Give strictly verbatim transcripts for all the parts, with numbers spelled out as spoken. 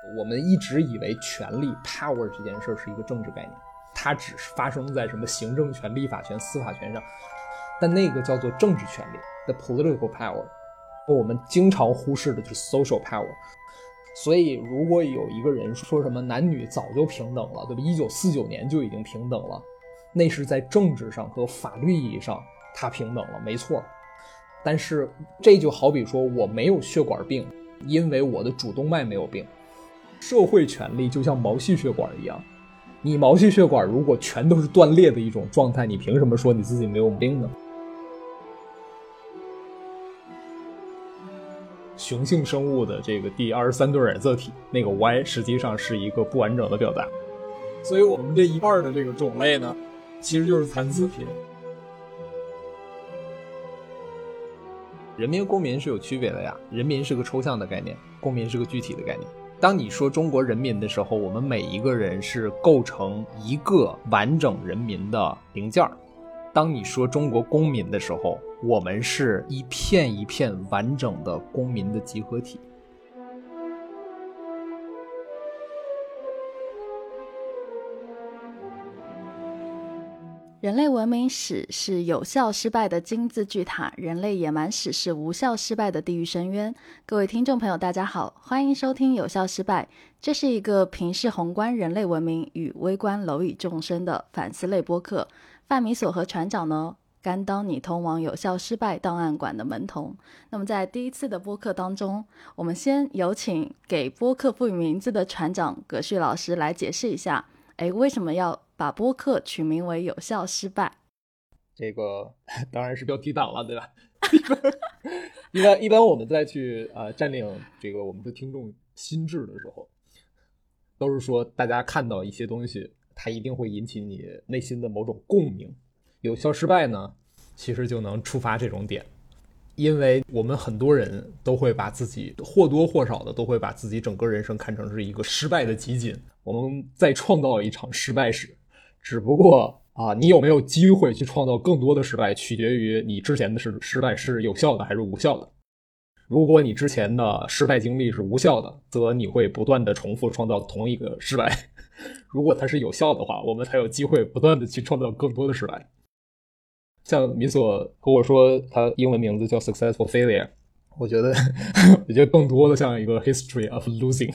我们一直以为权力 power 这件事是一个政治概念，它只是发生在什么行政权、立法权、司法权上，但那个叫做政治权力 the political power， 我们经常忽视的就是 social power。 所以如果有一个人说什么男女早就平等了，对吧，一九四九年就已经平等了，那是在政治上和法律意义上它平等了，没错。但是这就好比说我没有血管病，因为我的主动脉没有病。社会权利就像毛细血管一样，你毛细血管如果全都是断裂的一种状态，你凭什么说你自己没有病呢？雄性生物的这个第二十三对染色体那个 Y 实际上是一个不完整的表达， 所以我们这一半的这个种类呢，其实就是残次品。 人民公民是有区别的呀，人民是个抽象的概念，公民是个具体的概念。当你说中国人民的时候，我们每一个人是构成一个完整人民的零件。当你说中国公民的时候，我们是一片一片完整的公民的集合体。 人类文明史是有效失败的金字巨塔，人类野蛮史是无效失败的地狱深渊。各位听众朋友大家好，欢迎收听有效失败，这是一个平视宏观人类文明与微观蝼蚁众生的反思类播客。范米索和船长呢，甘当你通往有效失败档案馆的门童。那么在第一次的播客当中，我们先有请给播客赋予名字的船长葛旭老师来解释一下，诶，为什么要把播客取名为有效失败？ 这个当然是标题党了，对吧？一般一般我们再去呃占领这个我们的听众心智的时候，都是说大家看到一些东西，它一定会引起你内心的某种共鸣。有效失败呢，其实就能触发这种点，因为我们很多人都会把自己或多或少的都会把自己整个人生看成是一个失败的集锦，我们在创造一场失败史。只不过啊，你有没有机会去创造更多的失败，取决于你之前的失败是有效的还是无效的。如果你之前的失败经历是无效的，则你会不断的重复创造同一个失败。如果它是有效的话，我们才有机会不断的去创造更多的失败。像米索和我说他英文名字叫 Successful Failure， 我觉得我觉得更多的像一个 History of Losing。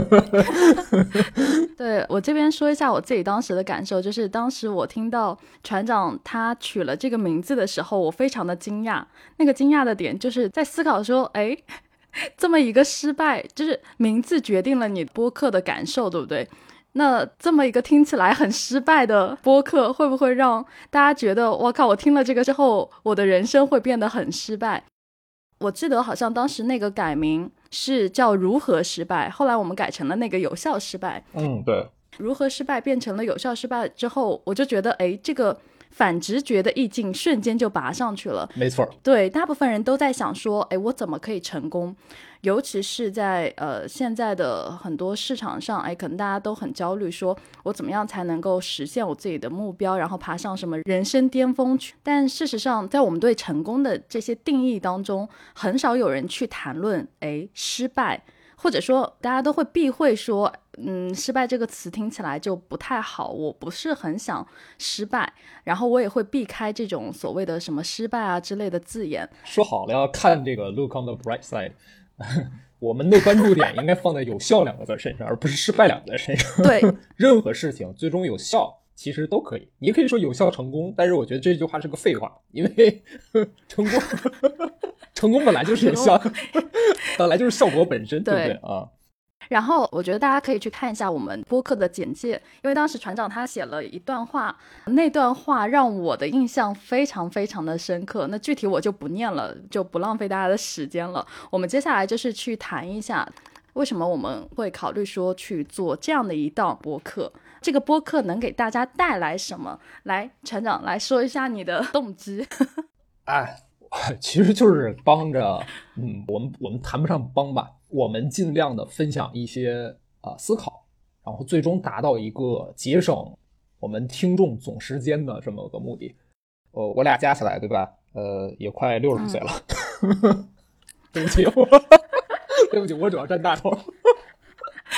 对，我这边说一下我自己当时的感受，就是当时我听到船长他取了这个名字的时候，我非常的惊讶。那个惊讶的点就是在思考说，哎，这么一个失败，就是名字决定了你播客的感受，对不对？那这么一个听起来很失败的播客，会不会让大家觉得我靠，我听了这个之后我的人生会变得很失败？我记得好像当时那个改名是叫如何失败，后来我们改成了那个有效失败。 嗯，对， 如何失败变成了有效失败之后，我就觉得哎，这个反直觉的意境瞬间就拔上去了。 没错， 对，大部分人都在想说，哎，我怎么可以成功？尤其是在呃现在的很多市场上，哎，可能大家都很焦虑，说我怎么样才能够实现我自己的目标，然后爬上什么人生巅峰去。但事实上，在我们对成功的这些定义当中，很少有人去谈论哎失败，或者说大家都会避讳说，嗯，失败这个词听起来就不太好，我不是很想失败，然后我也会避开这种所谓的什么失败啊之类的字眼。 说好了要看这个 look on the bright side， 我们的关注点应该放在有效两个字身上，而不是失败两个字身上。 对， 任何事情最终有效其实都可以，你可以说有效成功，但是我觉得这句话是个废话，因为成功成功本来就是有效，本来就是效果本身，对不对啊？ 然后我觉得大家可以去看一下我们播客的简介，因为当时船长他写了一段话，那段话让我的印象非常非常的深刻，那具体我就不念了，就不浪费大家的时间了。我们接下来就是去谈一下为什么我们会考虑说去做这样的一档播客，这个播客能给大家带来什么？来，船长来说一下你的动机。 哎，其实就是帮着，嗯，我们我们谈不上帮吧，我们尽量的分享一些啊、呃、思考，然后最终达到一个节省我们听众总时间的这么个目的。呃，我俩加起来对吧？呃，也快六十岁了。嗯、对不起，我对不起，我主要占大头。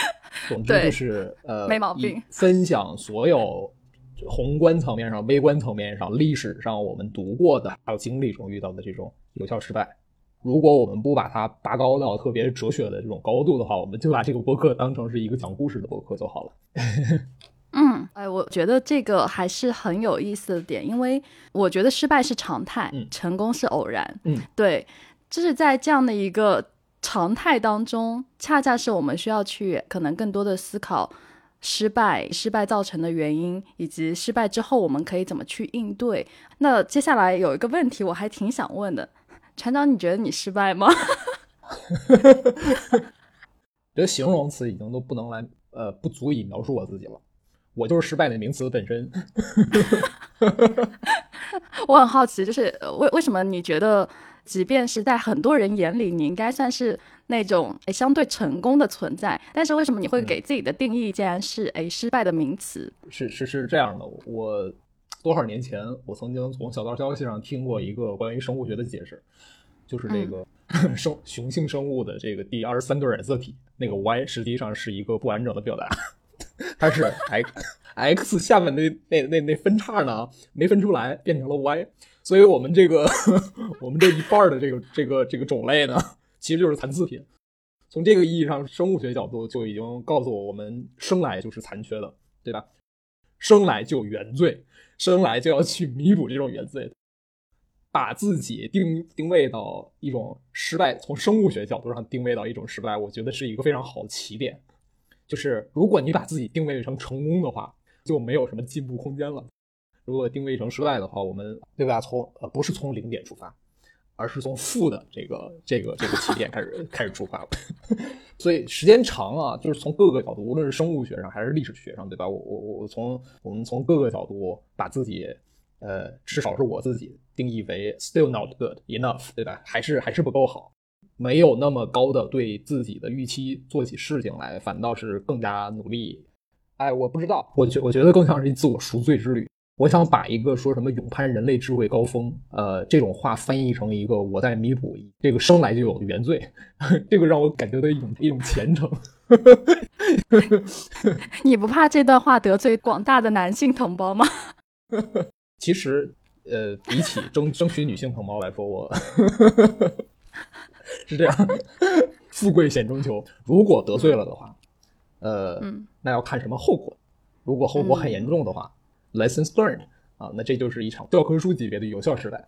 总之就是呃， 没毛病。 分享所有宏观层面上、微观层面上、历史上我们读过的还有经历中遇到的这种有效失败。如果我们不把它拔高到特别哲学的这种高度的话，我们就把这个播客当成是一个讲故事的播客就好了。 嗯，哎，我觉得这个还是很有意思的点，因为我觉得失败是常态， 嗯、 成功是偶然。 嗯， 对，就是在这样的一个常态当中，恰恰是我们需要去可能更多的思考失败、失败造成的原因，以及失败之后我们可以怎么去应对。那接下来有一个问题我还挺想问的，船长，你觉得你失败吗？ 觉得形容词已经都不能来呃不足以描述我自己了，我就是失败的名词本身。 我很好奇，就是为为什么你觉得即便是在很多人眼里你应该算是那种诶相对成功的存在，但是为什么你会给自己的定义竟然是诶失败的名词？ 是是是这样的，我多少年前我曾经从小道消息上听过一个关于生物学的解释，就是这个、嗯、生雄性生物的这个第二十三对染色体那个 Y 实际上是一个不完整的表达，它是 X X 下面那那那那分叉呢没分出来，变成了 Y， 所以我们这个我们这一半的这个这个这个种类呢，其实就是残次品。从这个意义上，生物学角度就已经告诉我，我们生来就是残缺的，对吧？生来就有原罪，生来就要去弥补这种原罪。把自己定定位到一种失败，从生物学角度上定位到一种失败，我觉得是一个非常好的起点。就是如果你把自己定位成成功的话，就没有什么进步空间了。如果定位成失败的话，我们对吧？从呃不是从零点出发，而是从负的这个这个这个起点开始开始出发了。所以时间长啊，就是从各个角度，无论是生物学上还是历史学上，对吧？我我我从我们从各个角度把自己。呃，至少是我自己定义为 still not good enough， 对吧？还是还是不够好，没有那么高的对自己的预期做起事情来，反倒是更加努力。哎，我不知道，我觉我觉得更像是一自我赎罪之旅。我想把一个说什么勇攀人类智慧高峰，呃，这种话翻译成一个我在弥补这个生来就有的原罪，这个让我感觉到一种一种虔诚。 你不怕这段话得罪广大的男性同胞吗？ 其实，呃，比起争争取女性同胞来说，我是这样，富贵险中求。如果得罪了的话，呃，嗯、那要看什么后果。如果后果很严重的话、嗯、，lessons learned 啊，那这就是一场教科书级别的有效失败。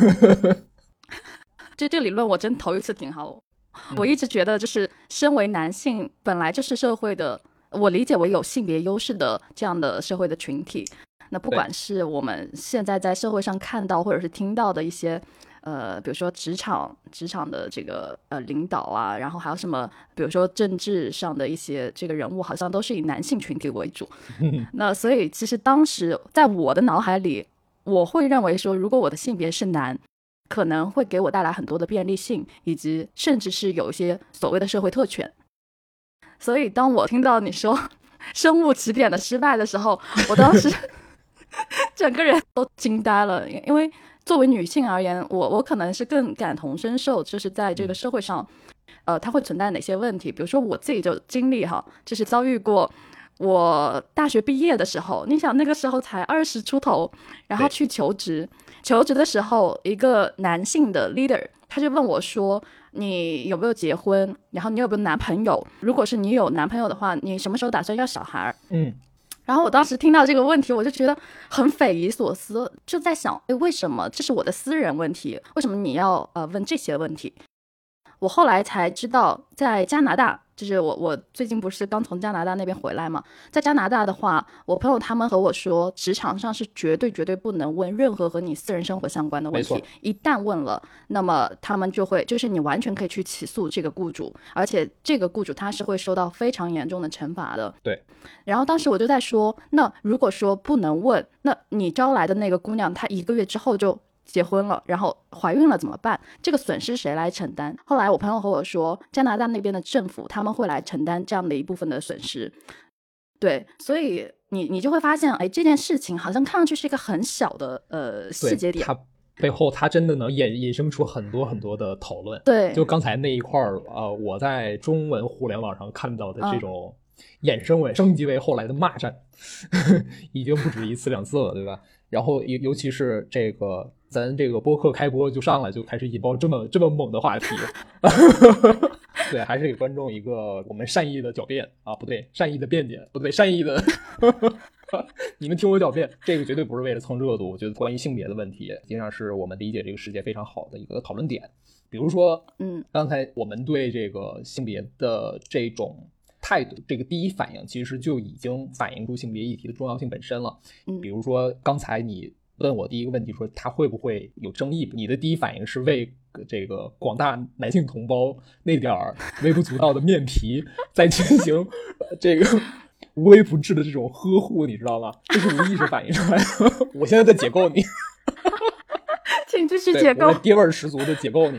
这这理论我真头一次听哈，我一直觉得就是身为男性本来就是社会的，我理解为有性别优势的这样的社会的群体。那不管是我们现在在社会上看到或者是听到的一些呃，比如说职场职场的这个呃领导啊，然后还有什么比如说政治上的一些这个人物，好像都是以男性群体为主。那所以其实当时在我的脑海里，我会认为说，如果我的性别是男，可能会给我带来很多的便利性，以及甚至是有一些所谓的社会特权。所以当我听到你说生物起点的失败的时候，我当时整个人都惊呆了。因为作为女性而言，我我可能是更感同身受，就是在这个社会上呃，它会存在哪些问题。比如说我自己就经历哈，就是遭遇过我大学毕业的时候，你想那个时候才二十出头，然后去求职，求职的时候一个男性的 leader 他就问我说，你有没有结婚，然后你有没有男朋友，如果是你有男朋友的话，你什么时候打算要小孩。嗯，然后我当时听到这个问题，我就觉得很匪夷所思，就在想，诶，为什么这是我的私人问题，为什么你要呃问这些问题。我后来才知道，在加拿大，就是我我最近不是刚从加拿大那边回来嘛，在加拿大的话，我朋友他们和我说，职场上是绝对绝对不能问任何和你私人生活相关的问题，一旦问了，那么他们就会，就是你完全可以去起诉这个雇主，而且这个雇主他是会受到非常严重的惩罚的。 对。 然后当时我就在说，那如果说不能问，那你招来的那个姑娘，她一个月之后就结婚了，然后怀孕了怎么办？这个损失谁来承担？后来我朋友和我说，加拿大那边的政府他们会来承担这样的一部分的损失。对，所以你你就会发现，哎，这件事情好像看上去是一个很小的呃细节点， 它背后它真的能引引申出很多很多的讨论。 对， 就刚才那一块儿，呃，我在中文互联网上看到的这种、 衍生为升级为后来的骂战，已经不止一次两次了，对吧？然后尤尤其是这个咱这个播客开播就上来就开始引爆这么这么猛的话题，对，还是给观众一个我们善意的狡辩啊，不对，善意的辩解，不对，善意的。你们听我狡辩，这个绝对不是为了蹭热度。我觉得关于性别的问题，实际上是我们理解这个世界非常好的一个讨论点。比如说， 嗯， 刚才我们对这个性别的这种态度，这个第一反应其实就已经反映出性别议题的重要性本身了。 嗯， 比如说刚才你问我第一个问题说它会不会有争议，你的第一反应是为这个广大男性同胞那点微不足道的面皮在进行这个无微不至的这种呵护，你知道吗？这是无意识反应出来的。我现在在解构你， 请继续解构， 我爹味儿十足的解构你。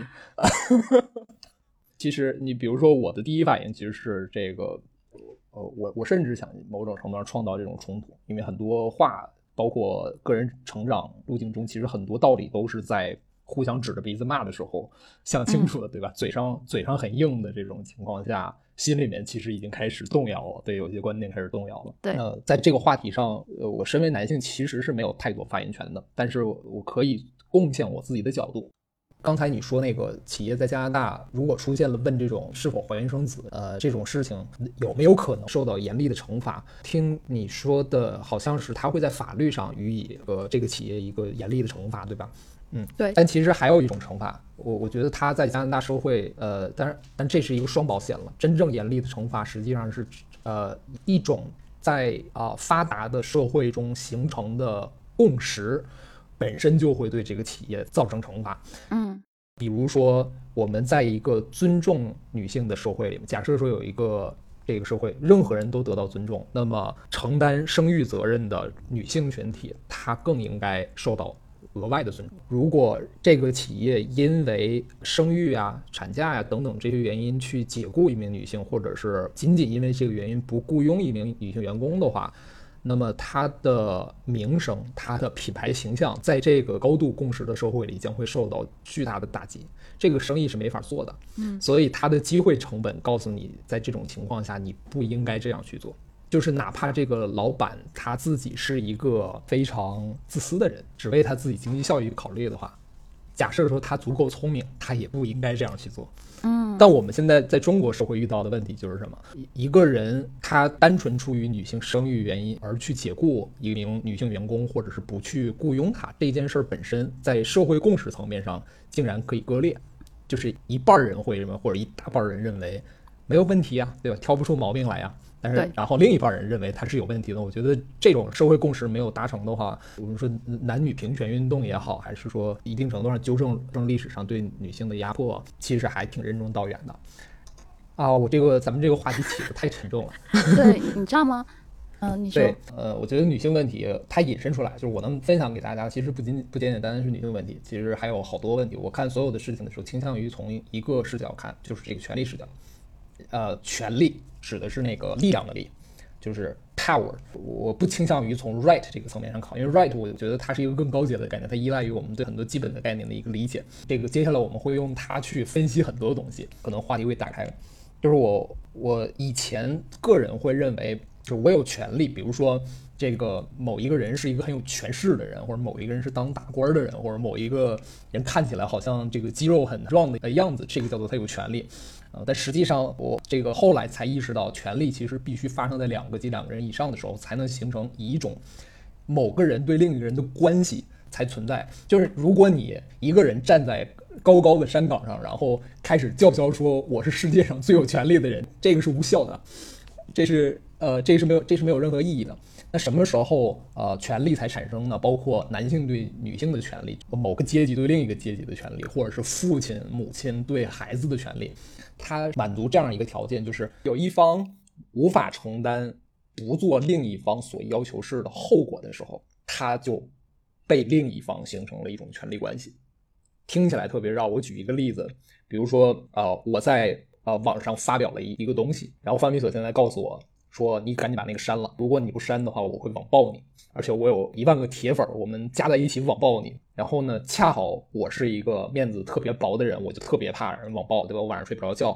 其实你比如说我的第一反应其实是这个，呃，我我甚至想某种程度上创造这种冲突，因为很多话，包括个人成长路径中，其实很多道理都是在互相指着鼻子骂的时候想清楚的，对吧？嗯、嘴上嘴上很硬的这种情况下，心里面其实已经开始动摇了，对有些观念开始动摇了。 对， 呃，在这个话题上，呃，我身为男性其实是没有太多发言权的，但是我我可以贡献我自己的角度。刚才你说那个企业在加拿大如果出现了问这种是否怀孕生子呃这种事情有没有可能受到严厉的惩罚，听你说的好像是他会在法律上予以呃这个企业一个严厉的惩罚，对吧？嗯， 对。 但其实还有一种惩罚，我我觉得他在加拿大社会呃但是但这是一个双保险了，真正严厉的惩罚实际上是呃一种在啊、呃、发达的社会中形成的共识本身就会对这个企业造成惩罚。 嗯， 比如说我们在一个尊重女性的社会里面，假设说有一个这个社会任何人都得到尊重，那么承担生育责任的女性群体她更应该受到额外的尊重。如果这个企业因为生育啊、产假呀、啊、等等这些原因去解雇一名女性，或者是仅仅因为这个原因不雇佣一名女性员工的话，那么他的名声，他的品牌形象在这个高度共识的社会里将会受到巨大的打击，这个生意是没法做的。 嗯， 所以他的机会成本告诉你，在这种情况下你不应该这样去做。就是哪怕这个老板他自己是一个非常自私的人，只为他自己经济效益考虑的话，假设说他足够聪明，他也不应该这样去做。 嗯， 但我们现在在中国社会遇到的问题就是什么？一个人他单纯出于女性生育原因而去解雇一名女性员工，或者是不去雇佣她，这件事本身在社会共识层面上竟然可以割裂，就是一半人会认为，或者一大半人认为没有问题啊，对吧？挑不出毛病来呀、啊。但是，然后另一半人认为它是有问题的。我觉得这种社会共识没有达成的话，我们说男女平权运动也好，还是说一定程度上纠正正历史上对女性的压迫，其实还挺任重道远的。啊，我这个咱们这个话题起得太沉重了。 对，你知道吗？嗯、呃，你说。 对，呃，我觉得女性问题它引申出来，就是我能分享给大家，其实不仅不简简单单是女性问题，其实还有好多问题。我看所有的事情的时候，倾向于从一个视角看，就是这个权力视角。呃，权力指的是那个力量的力，就是 power。我不倾向于从 right 这个层面上考，因为 right 我觉得它是一个更高阶的概念，它依赖于我们对很多基本的概念的一个理解。这个接下来我们会用它去分析很多东西，可能话题会打开。就是我我以前个人会认为，就是我有权利，比如说这个某一个人是一个很有权势的人，或者某一个人是当大官的人，或者某一个人看起来好像这个肌肉很壮的样子，这个叫做他有权利。呃，但实际上我这个后来才意识到，权力其实必须发生在两个及两个人以上的时候，才能形成以一种某个人对另一个人的关系才存在。就是如果你一个人站在高高的山岗上，然后开始叫嚣说我是世界上最有权力的人，这个是无效的，这是呃这是没有这是没有任何意义的。那什么时候呃权力才产生呢？包括男性对女性的权利，某个阶级对另一个阶级的权利，或者是父亲母亲对孩子的权利。它满足这样一个条件，就是有一方无法承担不做另一方所要求事的后果的时候，他就被另一方形成了一种权力关系。听起来特别绕，我举一个例子，比如说呃我在呃网上发表了一一个东西，然后范比索现在告诉我说你赶紧把那个删了，如果你不删的话我会网暴你，而且我有一万个铁粉，我们加在一起网暴你。然后呢，恰好我是一个面子特别薄的人，我就特别怕人网暴，对吧？我晚上睡不着觉，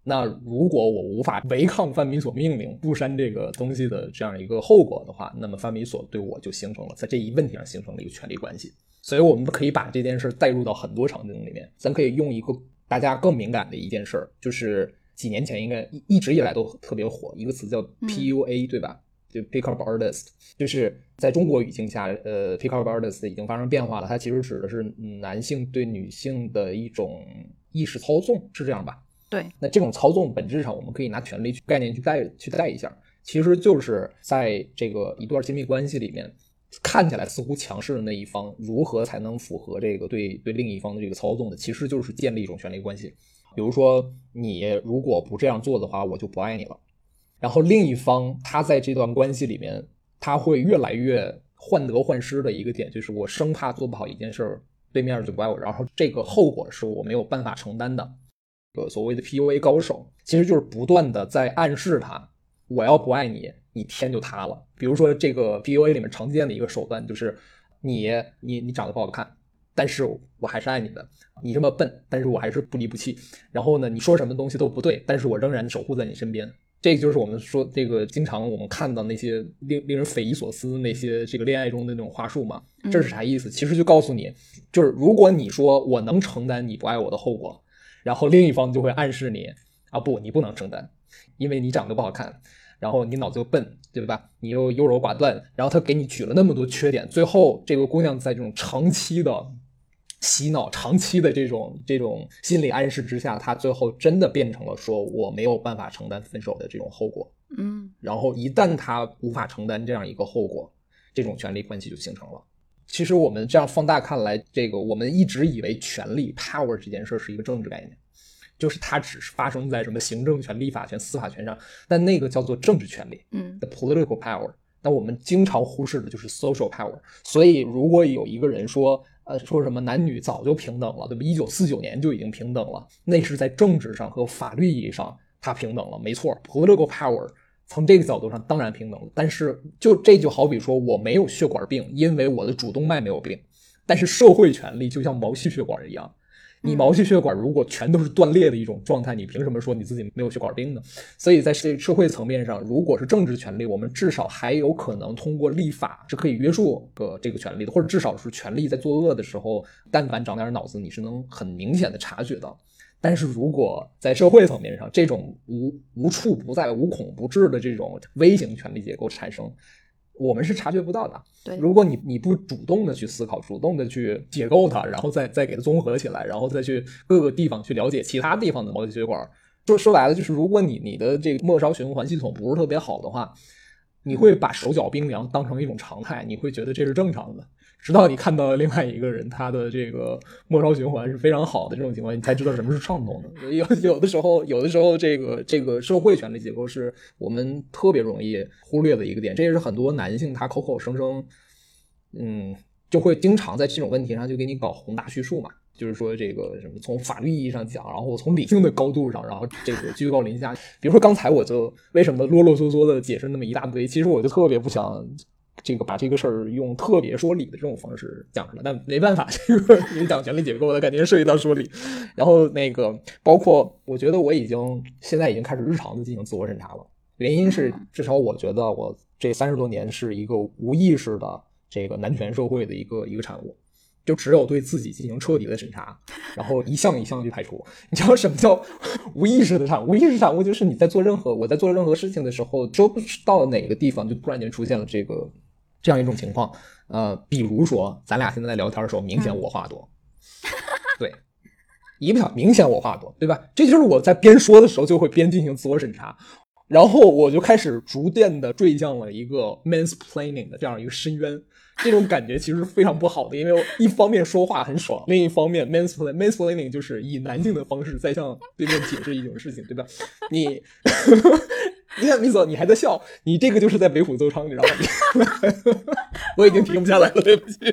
那如果我无法违抗范米索命令，不删这个东西的这样一个后果的话，那么范米索对我就形成了在这一问题上形成了一个权利关系。所以我们可以把这件事带入到很多场景里面。咱可以用一个大家更敏感的一件事，就是几年前应该一直以来都特别火一个词叫 P U A、嗯、对吧？就 Pick up artist， 就是在中国语境下，呃 ，Pick up artist 已经发生变化了。它其实指的是男性对女性的一种意识操纵，是这样吧？ 对。 那这种操纵本质上，我们可以拿权力去概念去带去带一下，其实就是在这个一段亲密关系里面，看起来似乎强势的那一方，如何才能符合这个对对另一方的这个操纵的，其实就是建立一种权力关系。比如说，你如果不这样做的话，我就不爱你了。然后另一方他在这段关系里面，他会越来越患得患失的一个点，就是我生怕做不好一件事，对面就不爱我，然后这个后果是我没有办法承担的。所谓的 P U A 高手其实就是不断的在暗示他，我要不爱你，你天就塌了。比如说这个 P U A 里面常见的一个手段就是你你你长得不好看，但是我还是爱你的，你这么笨，但是我还是不离不弃，然后呢你说什么东西都不对，但是我仍然守护在你身边。这就是我们说这个经常我们看到那些令令人匪夷所思那些这个恋爱中的那种话术嘛，这是啥意思？其实就告诉你，就是如果你说我能承担你不爱我的后果，然后另一方就会暗示你啊不，你不能承担，因为你长得不好看，然后你脑子又笨，对吧？你又优柔寡断，然后他给你举了那么多缺点，最后这个姑娘在这种长期的洗脑长期的这种这种心理暗示之下，他最后真的变成了说我没有办法承担分手的这种后果。 嗯， 然后一旦他无法承担这样一个后果，这种权力关系就形成了。其实我们这样放大看来，这个我们一直以为权力 power 这件事是一个政治概念，就是它只是发生在什么行政权、立法权、司法权上，但那个叫做政治权力， 嗯 the political power。那我们经常忽视的就是 social power。所以如果有一个人说呃，说什么男女早就平等了，对吧？一九四九年就已经平等了，那是在政治上和法律意义上它平等了，没错 ，political power 从这个角度上当然平等了。但是就这就好比说我没有血管病，因为我的主动脉没有病，但是社会权利就像毛细血管一样。你毛细血管如果全都是断裂的一种状态，你凭什么说你自己没有血管病呢？所以在社会层面上，如果是政治权利，我们至少还有可能通过立法是可以约束个这个权利的，或者至少是权利在作恶的时候，但凡长点脑子，你是能很明显的察觉到。但是如果在社会层面上，这种无无处不在、无孔不至的这种微型权力结构产生，我们是察觉不到的。 对， 如果你你不主动的去思考，主动的去解构它，然后再再给它综合起来，然后再去各个地方去了解其他地方的毛细血管，说说白了就是，如果你你的这个末梢循环系统不是特别好的话，你会把手脚冰凉当成一种常态，你会觉得这是正常的。直到你看到另外一个人他的这个末梢循环是非常好的这种情况，你才知道什么是畅通的。有有的时候有的时候这个这个社会权力结构是我们特别容易忽略的一个点，这也是很多男性他口口声声嗯就会经常在这种问题上就给你搞宏大叙述嘛，就是说这个什么从法律意义上讲，然后从理性的高度上，然后这个居高临下。比如说刚才我就为什么啰啰嗦嗦的解释那么一大堆，其实我就特别不想这个把这个事儿用特别说理的这种方式讲出来，但没办法，这个你讲权力结构的感觉涉及到说理。然后那个包括我觉得我已经现在已经开始日常的进行自我审查了，原因是至少我觉得我这三十多年是一个无意识的这个男权社会的一个一个产物，就只有对自己进行彻底的审查，然后一项一项去排除。你知道什么叫无意识的产物？无意识产物就是你在做任何我在做任何事情的时候，说不到哪个地方就突然间出现了这个这样一种情况。呃，比如说咱俩现在在聊天的时候，明显我话多，对，一不小明显我话多，对吧？这就是我在边说的时候就会边进行自我审查。然后我就开始逐渐的坠向了一个 mansplaining 的这样一个深渊，这种感觉其实是非常不好的，因为我一方面说话很爽，另一方面 mansplaining mansplaining 就是以男性的方式在向对面解释一种事情，对吧？你你看米索你还在笑，你这个就是在为虎作伥，你知道吗？我已经停不下来了，对不起。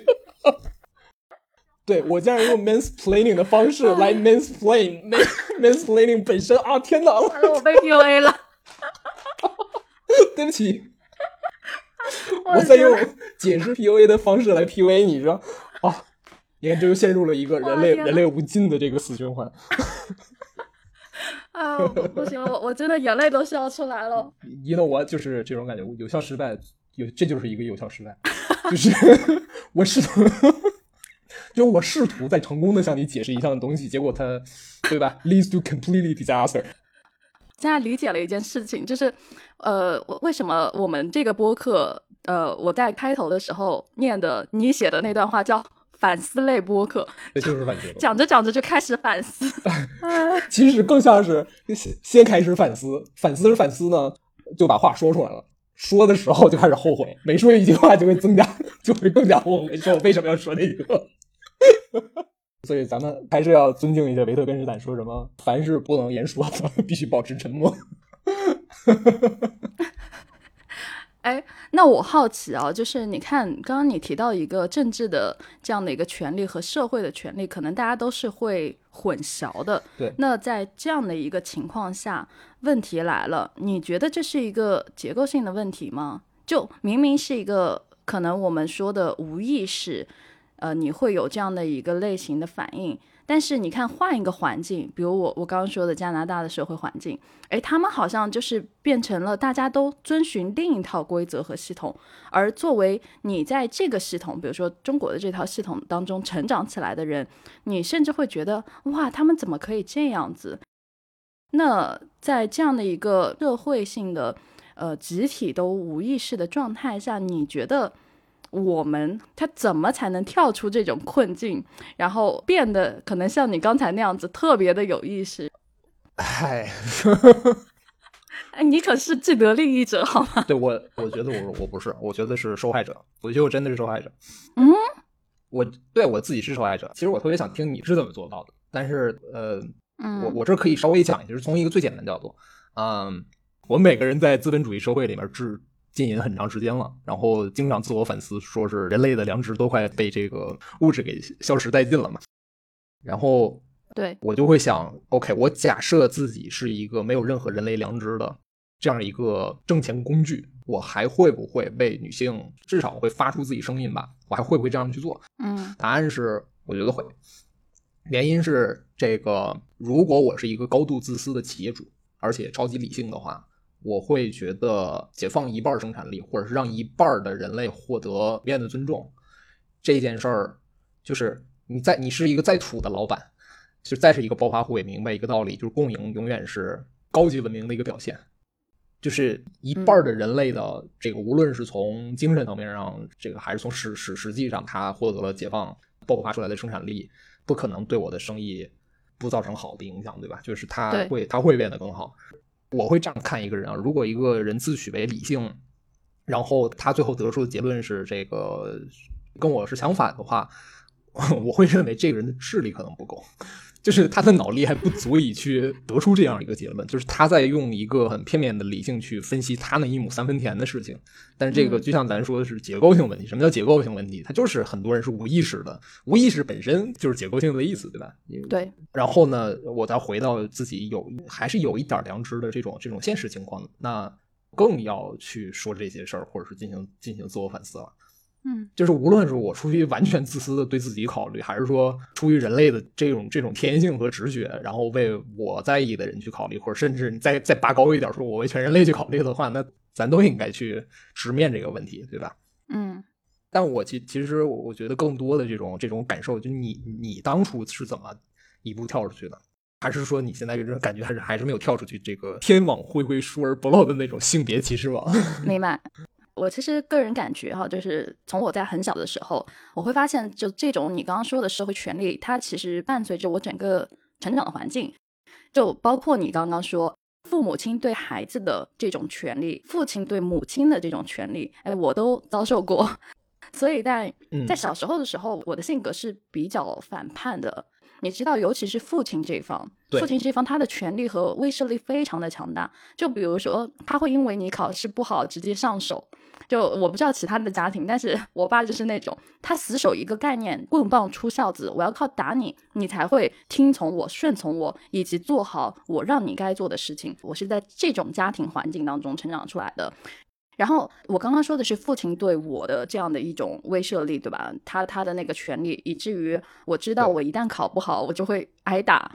对，我这样用 mansplaining 的方式来 mansplain mansplaining 本身啊，天哪， 我被 P U A 了。 对不起，我在用解释 P U A 的方式来 P U A 你，知道啊？你看，这就陷入了一个人类人类无尽的这个死循环。 啊， 啊，不不行了，我我真的眼泪都笑出来了。 因为我就是这种感觉，有效失败，有这就是一个有效失败，就是我试图，就是我试图在成功的向你解释一项东西，结果它，对吧 ，leads to completely disaster。 现在理解了一件事情，就是呃，为什么我们这个播客，呃，我在开头的时候念的你写的那段话叫反思类播客， 这就是反思， 讲着讲着就开始反思。 其实更像是先开始反思，反思是反思呢，就把话说出来了，说的时候就开始后悔，每说一句话就会增加，就会更加后悔，说我为什么要说那句话。所以咱们还是要尊敬一下维特根斯坦说什么，凡是不能言说的必须保持沉默。 哎，那我好奇啊，就是你看刚刚你提到一个政治的这样的一个权利和社会的权利，可能大家都是会混淆的。 对， 那在这样的一个情况下，问题来了，你觉得这是一个结构性的问题吗？就明明是一个可能我们说的无意识，呃，你会有这样的一个类型的反应，但是你看换一个环境，比如我我刚刚说的加拿大的社会环境，诶，他们好像就是变成了大家都遵循另一套规则和系统，而作为你在这个系统，比如说中国的这套系统当中成长起来的人，你甚至会觉得哇，他们怎么可以这样子？那在这样的一个社会性的呃集体都无意识的状态下，你觉得我们他怎么才能跳出这种困境，然后变得可能像你刚才那样子特别的有意识？ 嗨， 哎，你可是既得利益者好吗？ 对，我我觉得我我不是，我觉得是受害者，我觉得我真的是受害者。 嗯， 我对我自己是受害者。其实我特别想听你是怎么做到的，但是呃， 嗯， 我我这可以稍微讲一下，就是从一个最简单的角度，嗯，我们每个人在资本主义社会里面置浸淫很长时间了，然后经常自我反思，说是人类的良知都快被这个物质给消失殆尽了嘛。然后对， 我就会想 OK， 我假设自己是一个没有任何人类良知的这样一个挣钱工具，我还会不会为女性至少会发出自己声音吧，我还会不会这样去做？ 嗯， 答案是我觉得会。原因是这个，如果我是一个高度自私的企业主，而且超级理性的话，我会觉得解放一半生产力，或者是让一半的人类获得普遍的尊重，这件事儿就是你在你是一个再土的老板，就再是一个暴发户也明白一个道理，就是共赢永远是高级文明的一个表现。就是一半的人类的这个，无论是从精神层面上，这个还是从实实实际上，他获得了解放爆发出来的生产力，不可能对我的生意不造成好的影响，对吧？就是他会他会变得更好。我会这样看一个人啊，如果一个人自诩为理性，然后他最后得出的结论是这个跟我是相反的话，我会认为这个人的智力可能不够，就是他的脑力还不足以去得出这样一个结论，就是他在用一个很片面的理性去分析他那一亩三分田的事情。但是这个就像咱说的是结构性问题，什么叫结构性问题？它就是很多人是无意识的，无意识本身就是结构性的意思，对吧？ 对。 然后呢，我再回到自己有还是有一点良知的这种这种现实情况，那更要去说这些事儿，或者是进行进行自我反思了。 嗯， 就是无论是我出于完全自私的对自己考虑，还是说出于人类的这种这种天性和直觉，然后为我在意的人去考虑，或者甚至你再再拔高一点，说我为全人类去考虑的话，那咱都应该去直面这个问题，对吧？ 嗯， 但我其其实我觉得更多的这种这种感受，就你你当初是怎么一步跳出去的？还是说你现在这种感觉还是还是没有跳出去这个天网恢恢疏而不漏的那种性别歧视网？ 明白。我其实个人感觉哈，就是从我在很小的时候，我会发现就这种你刚刚说的社会权利，它其实伴随着我整个成长的环境，就包括你刚刚说父母亲对孩子的这种权利，父亲对母亲的这种权利，哎，我都遭受过。所以在在小时候的时候，我的性格是比较反叛的。你知道，尤其是父亲这一方，父亲这一方他的权力和威慑力非常的强大。就比如说，他会因为你考试不好直接上手。就我不知道其他的家庭，但是我爸就是那种，他死守一个概念，棍棒出孝子，我要靠打你，你才会听从我、顺从我，以及做好我让你该做的事情。我是在这种家庭环境当中成长出来的。然后我刚刚说的是父亲对我的这样的一种威慑力，对吧？他他的那个权利，以至于我知道我一旦考不好，我就会挨打。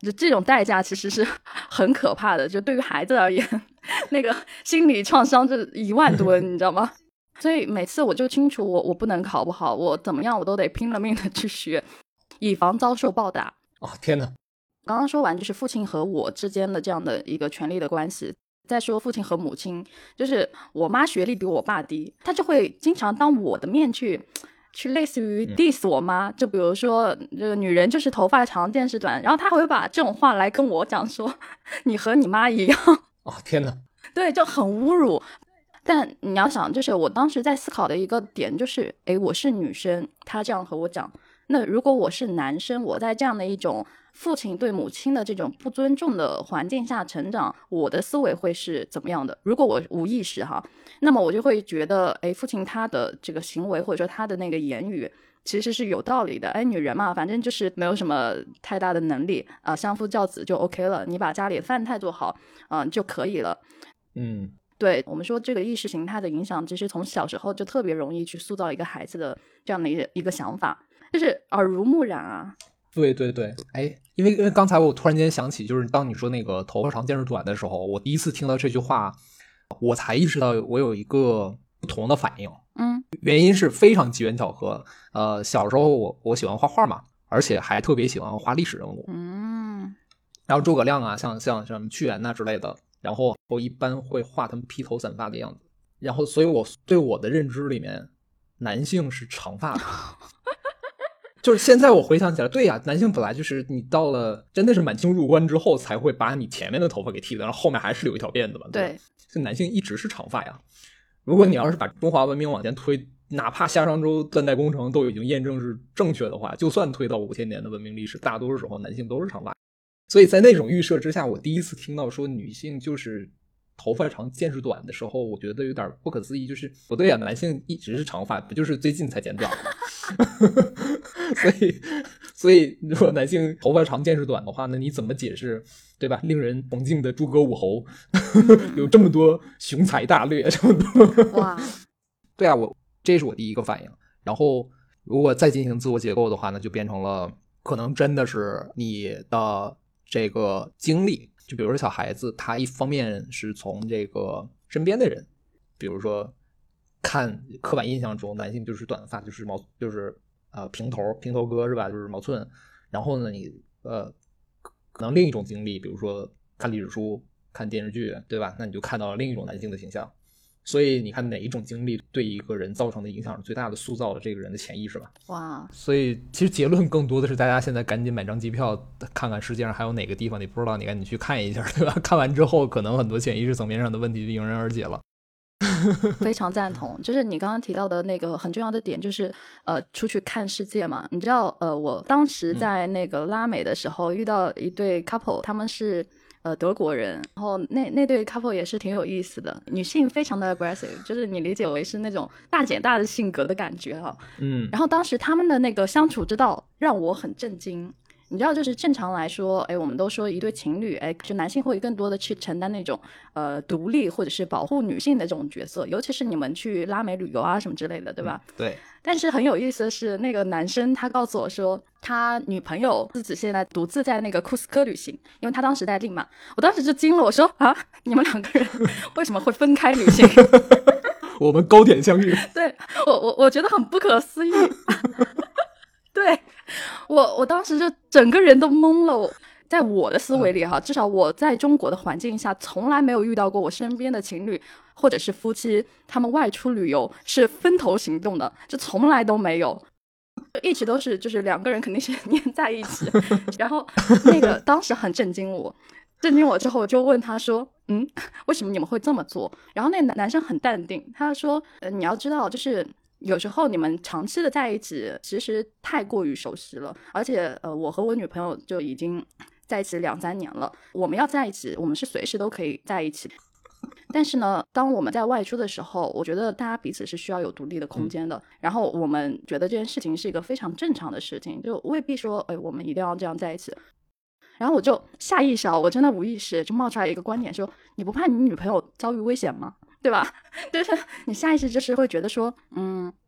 就这种代价其实是很可怕的，就对于孩子而言，那个心理创伤就一万多，你知道吗？所以每次我就清楚我我不能考不好，我怎么样我都得拼了命的去学，以防遭受暴打。 哦，天哪！ 刚刚说完就是父亲和我之间的这样的一个权力的关系，再说父亲和母亲，就是我妈学历比我爸低，她就会经常当我的面去去类似于 diss 我妈、嗯、就比如说这个女人就是头发长见识短，然后她会把这种话来跟我讲说你和你妈一样。 哦，天哪！ 对，就很侮辱。但你要想，就是我当时在思考的一个点就是，诶，我是女生，她这样和我讲，那如果我是男生，我在这样的一种父亲对母亲的这种不尊重的环境下成长，我的思维会是怎么样的？如果我无意识哈，那么我就会觉得，诶，父亲他的这个行为或者说他的那个言语其实是有道理的。哎，女人嘛，反正就是没有什么太大的能力啊、呃，相夫教子就 OK 了，你把家里的饭菜做好，嗯、呃、就可以了。 嗯。 对，我们说这个意识形态的影响，其实从小时候就特别容易去塑造一个孩子的这样的一个一个想法，就是耳濡目染啊。 对对对，哎，因为因为刚才我突然间想起，就是当你说那个头发长见识短的时候，我第一次听到这句话，我才意识到我有一个不同的反应。 嗯， 原因是非常机缘巧合。呃，小时候我我喜欢画画嘛，而且还特别喜欢画历史人物。 嗯， 然后诸葛亮啊，像像什么屈原呐之类的。然后我一般会画他们披头散发的样子，然后所以我对我的认知里面，男性是长发的。就是现在我回想起来，对呀，男性本来就是你到了真的是满清入关之后，才会把你前面的头发给剃了，然后后面还是留一条辫子嘛。 对， 所以男性一直是长发呀。如果你要是把中华文明往前推，哪怕夏商周断代工程都已经验证是正确的话，就算推到五千年的文明历史，大多数时候男性都是长发。所以在那种预设之下，我第一次听到说女性就是头发长见识短的时候，我觉得有点不可思议，就是不对啊，男性一直是长发，不就是最近才剪短吗？所以所以如果男性头发长见识短的话，那你怎么解释，对吧？令人崇敬的诸葛武侯有这么多雄才大略，这么多哇！ 对啊，我这是我第一个反应。然后如果再进行自我解构的话呢，就变成了可能真的是你的这个经历，就比如说小孩子，他一方面是从这个身边的人，比如说看刻板印象中男性就是短发，就是毛，就是呃平头平头哥是吧？就是毛寸。然后呢，你呃可能另一种经历，比如说看历史书、看电视剧，对吧？那你就看到了另一种男性的形象。所以你看哪一种经历对一个人造成的影响是最大的，塑造了这个人的潜意识吧。 哇！ 所以其实结论更多的是大家现在赶紧买张机票，看看世界上还有哪个地方你不知道，你赶紧去看一下，对吧？看完之后可能很多潜意识层面上的问题就迎刃而解了。 非常赞同，就是你刚刚提到的那个很重要的点，就是呃出去看世界嘛。你知道呃我当时在那个拉美的时候、嗯、遇到一对 couple， 他们是呃德国人，然后那那对 couple 也是挺有意思的，女性非常的 aggressive， 就是你理解为是那种大姐大的性格的感觉哈。 嗯， 然后当时他们的那个相处之道让我很震惊。你知道，就是正常来说，哎，我们都说一对情侣，哎，就男性会更多的去承担那种呃独立或者是保护女性的这种角色，尤其是你们去拉美旅游啊什么之类的，对吧？ 嗯、对。 但是很有意思的是，那个男生他告诉我说，他女朋友自己现在独自在那个库斯科旅行，因为他当时在利马。我当时就惊了，我说啊，你们两个人为什么会分开旅行？ 我们高点相遇。 对，我我我觉得很不可思议。对，我我当时就整个人都懵了。我在我的思维里哈，至少我在中国的环境下从来没有遇到过我身边的情侣或者是夫妻他们外出旅游是分头行动的，就从来都没有，一直都是就是两个人肯定是黏在一起。然后那个当时很震惊我震惊我之后我就问他说嗯，为什么你们会这么做？然后那男生很淡定，他说、呃、你要知道，就是有时候你们长期的在一起其实太过于熟悉了，而且呃，我和我女朋友就已经在一起两三年了，我们要在一起我们是随时都可以在一起，但是呢当我们在外出的时候，我觉得大家彼此是需要有独立的空间的、嗯、然后我们觉得这件事情是一个非常正常的事情，就未必说哎，我们一定要这样在一起。然后我就下意识啊，我真的无意识就冒出来一个观点说，你不怕你女朋友遭遇危险吗？对吧？就是你下意识就是会觉得说嗯，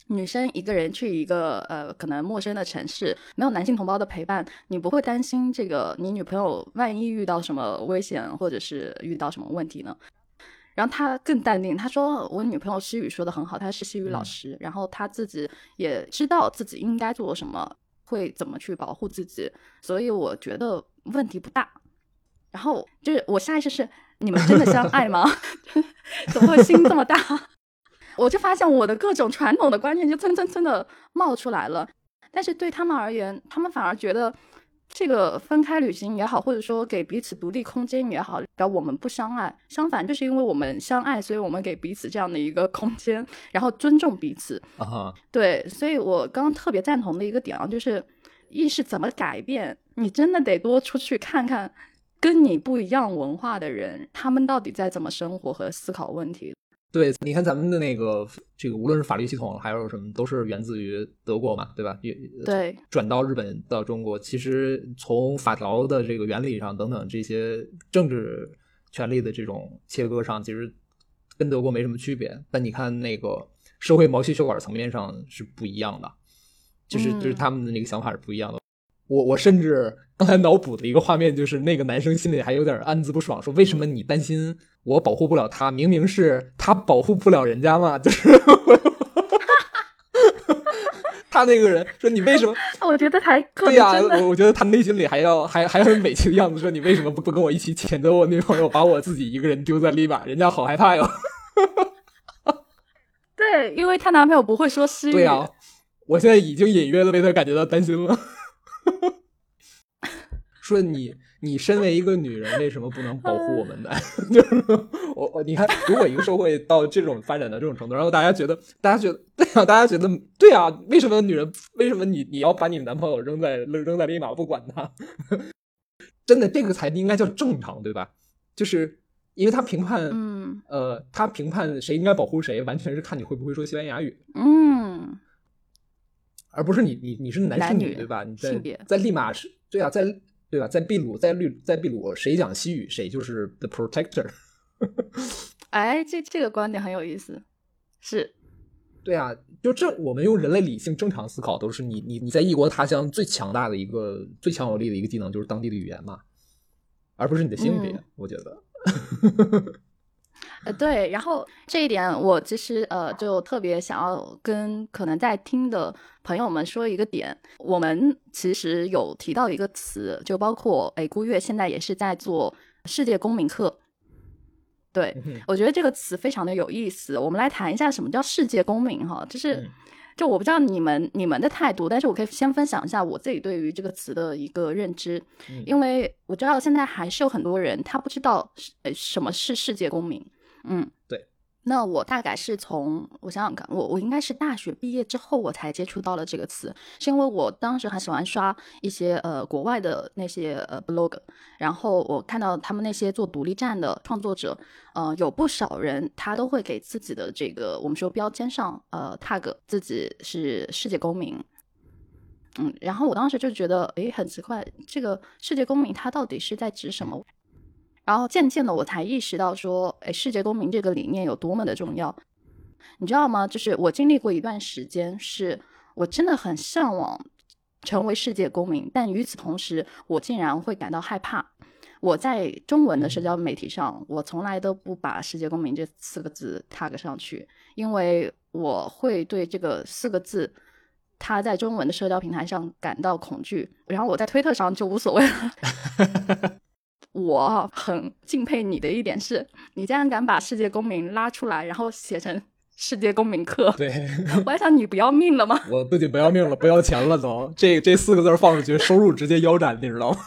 女生一个人去一个呃可能陌生的城市，没有男性同胞的陪伴，你不会担心这个你女朋友万一遇到什么危险或者是遇到什么问题呢？然后他更淡定，他说我女朋友西语说的很好，她是西语老师、嗯、然后她自己也知道自己应该做什么，会怎么去保护自己，所以我觉得问题不大。然后就是我下意识是你们真的相爱吗？怎么会心这么大？我就发现我的各种传统的观念就蹭蹭蹭的冒出来了，但是对他们而言，他们反而觉得这个分开旅行也好，或者说给彼此独立空间也好，让我们不相爱，相反就是因为我们相爱，所以我们给彼此这样的一个空间，然后尊重彼此、uh-huh. 对，所以我刚刚特别赞同的一个点啊，就是意识怎么改变，你真的得多出去看看跟你不一样文化的人，他们到底在怎么生活和思考问题。 对，你看咱们的那个这个无论是法律系统还有什么都是源自于德国嘛，对吧？ 对， 转到日本到中国，其实从法条的这个原理上等等这些政治权利的这种切割上，其实跟德国没什么区别，但你看那个社会毛细血管层面上是不一样的，就是就是他们的那个想法是不一样的、嗯、我我甚至刚才脑补的一个画面就是那个男生心里还有点暗自不爽，说为什么你担心我保护不了他，明明是他保护不了人家嘛，就是他那个人说你为什么我觉得还对呀、啊，我我觉得他内心里还要还还很委屈的样子，说你为什么不不跟我一起谴责我女朋友，把我自己一个人丢在利马，人家好害怕哟。 对，因为她男朋友不会说西语。 对啊，我现在已经隐约的为他感觉到担心了。说你你身为一个女人为什么不能保护我们呢？就是我我你看，如果一个社会到这种发展到这种程度，然后大家觉得大家觉得对啊，大家觉得对啊，为什么女人为什么你你要把你男朋友扔在扔在立马不管他？真的这个才应该叫正常，对吧？就是因为他评判嗯呃他评判谁应该保护谁，完全是看你会不会说西班牙语。 嗯， 而不是你你你是男是女， 女对吧？你在性别在利马是对啊，在对吧？在秘鲁在律在秘鲁谁讲西语谁就是 the protector。 哎，这这个观点很有意思，是对啊，就这我们用人类理性正常思考，都是你你你在异国他乡最强大的一个最强有力的一个技能就是当地的语言嘛，而不是你的性别、嗯、我觉得。 呃，对，然后这一点我其实呃就特别想要跟可能在听的朋友们说一个点，我们其实有提到一个词，就包括诶顾月现在也是在做世界公民课。对、嗯、我觉得这个词非常的有意思，我们来谈一下什么叫世界公民哈，就是、嗯、就我不知道你们你们的态度，但是我可以先分享一下我自己对于这个词的一个认知、嗯、因为我知道现在还是有很多人他不知道什么是世界公民。嗯， 对。 那我大概是从我想想看，我我应该是大学毕业之后我才接触到了这个词，是因为我当时很喜欢刷一些呃国外的那些呃 blog， 然后我看到他们那些做独立站的创作者，呃有不少人他都会给自己的这个我们说标签上呃 tag 自己是世界公民。嗯，然后我当时就觉得诶很奇怪，这个世界公民它到底是在指什么？然后渐渐的我才意识到说，哎，世界公民这个理念有多么的重要，你知道吗？就是我经历过一段时间，是我真的很向往成为世界公民，但与此同时，我竟然会感到害怕。我在中文的社交媒体上，我从来都不把世界公民这四个字 tag 上去，因为我会对这个四个字它在中文的社交平台上感到恐惧，然后我在推特上就无所谓了。我很敬佩你的一点是，你竟然敢把世界公民拉出来，然后写成世界公民课。 对， 我还想你不要命了吗？ 我不仅不要命了，不要钱了都。这这四个字放出去，收入直接腰斩，你知道吗？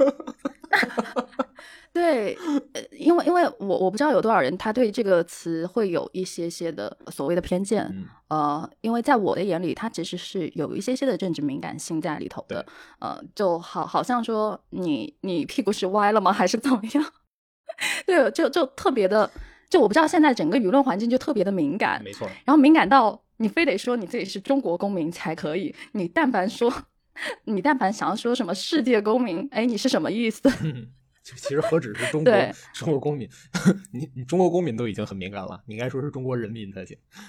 对， 因为因为我我不知道有多少人他对这个词会有一些些的所谓的偏见、嗯、呃，因为在我的眼里它其实是有一些些的政治敏感性在里头的，呃，就好好像说你你屁股是歪了吗还是怎么样。对，就就特别的，就我不知道现在整个舆论环境就特别的敏感， 没错， 然后敏感到你非得说你自己是中国公民才可以，你但凡说你但凡想要说什么世界公民，哎，你是什么意思？ 其实何止是中国中国公民，你你中国公民都已经很敏感了，你应该说是中国人民才行。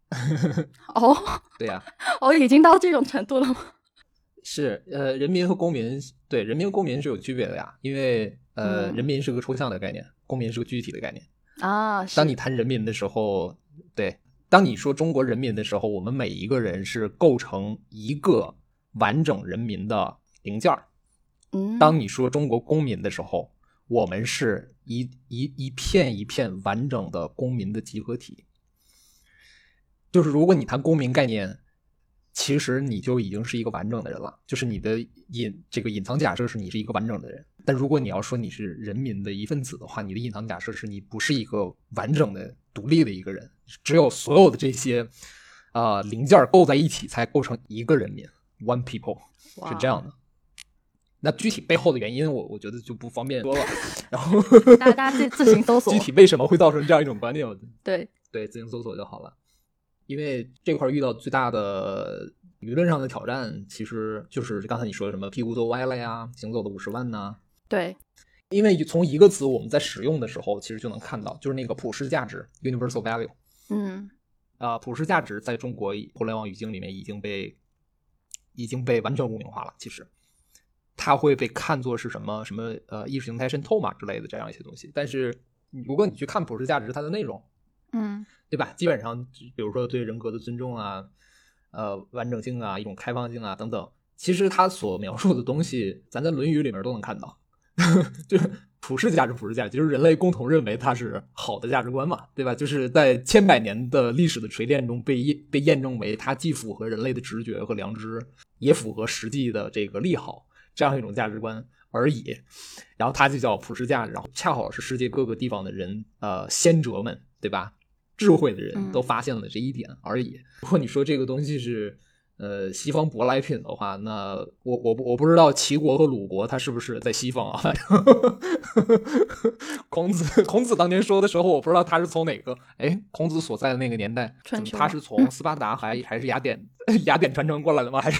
哦， 对呀、 啊，哦，已经到这种程度了吗？ 是呃，人民和公民对人民和公民是有区别的呀，因为呃， 嗯人民是个抽象的概念，公民是个具体的概念。 啊，是当你谈人民的时候，对，当你说中国人民的时候，我们每一个人是构成一个完整人民的零件儿。 嗯， 当你说中国公民的时候，我们是一一一片一片完整的公民的集合体。就是如果你谈公民概念，其实你就已经是一个完整的人了，就是你的隐这个隐藏假设是你是一个完整的人。但如果你要说你是人民的一份子的话，你的隐藏假设是你不是一个完整的独立的一个人，只有所有的这些啊、呃、零件构在一起才构成一个人民 ，one people 是这样的。那具体背后的原因我，我我觉得就不方便说了。然后大家大家自自行搜索， 具体为什么会造成这样一种观念， 对对，自行搜索就好了。因为这块遇到最大的舆论上的挑战，其实就是刚才你说的什么屁股都歪了呀，行走的五十万呐。 对， 因为从一个词我们在使用的时候，其实就能看到，就是那个普世价值 （universal value）。 嗯啊、呃，普世价值在中国互联网语境里面已经被已经被完全污名化了。其实，它会被看作是什么什么呃意识形态渗透嘛之类的这样一些东西。但是，如果你去看普世价值它的内容， 嗯， 对吧？基本上，比如说对人格的尊重啊，呃，完整性啊，一种开放性啊等等，其实它所描述的东西，咱在《论语》里面都能看到。就是普世价值，普世价值就是人类共同认为它是好的价值观嘛，对吧？就是在千百年的历史的锤炼中被被验证为它既符合人类的直觉和良知，也符合实际的这个利好这样一种价值观而已。然后它就叫普世价值，然后恰好是世界各个地方的人，呃，先哲们，对吧？智慧的人都发现了这一点而已。如果你说这个东西是呃西方舶来品的话，那我我我不知道齐国和鲁国它是不是在西方啊？孔子孔子当年说的时候，我不知道他是从哪个哎孔子所在的那个年代， 春秋他是从斯巴达还还是雅典雅典传承过来的吗？还是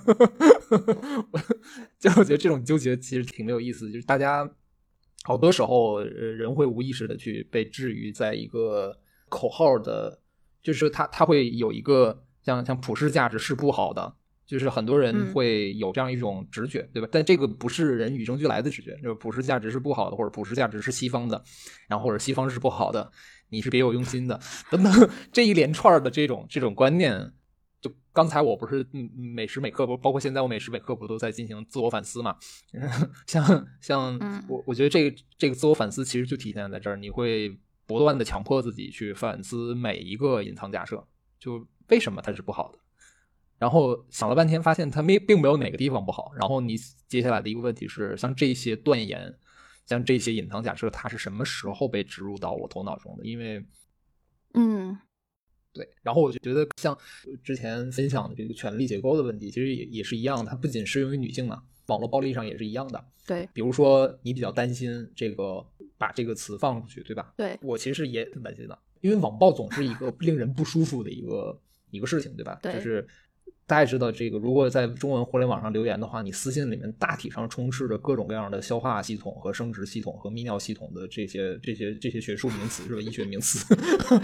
就我觉得这种纠结其实挺没有意思，就是大家好多时候人会无意识的去被置于在一个口号的，就是他他会有一个像像普世价值是不好的，就是很多人会有这样一种直觉，嗯、对吧？但这个不是人与生俱来的直觉，就是普世价值是不好的，或者普世价值是西方的，然后或者西方是不好的，你是别有用心的等等，这一连串的这种这种观念。就刚才我不是每时每刻，包括现在我每时每刻不都在进行自我反思嘛？像像我我觉得这个这个自我反思其实就体现在这儿，你会不断的强迫自己去反思每一个隐藏假设，就为什么它是不好的，然后想了半天发现它没并没有哪个地方不好，然后你接下来的一个问题是，像这些断言，像这些隐藏假设，它是什么时候被植入到我头脑中的？因为嗯。 对，然后我就觉得像之前分享的这个权力结构的问题，其实也也是一样的，它不仅适用于女性嘛，网络暴力上也是一样的。 对， 比如说你比较担心这个把这个词放出去，对吧？ 对， 我其实也很担心的，因为网暴总是一个令人不舒服的一个一个事情，对吧？ 对， 就是大家也知道，这个如果在中文互联网上留言的话，你私信里面大体上充斥着各种各样的消化系统和生殖系统和泌尿系统的这些这些这些学术名词，是吧？医学名词。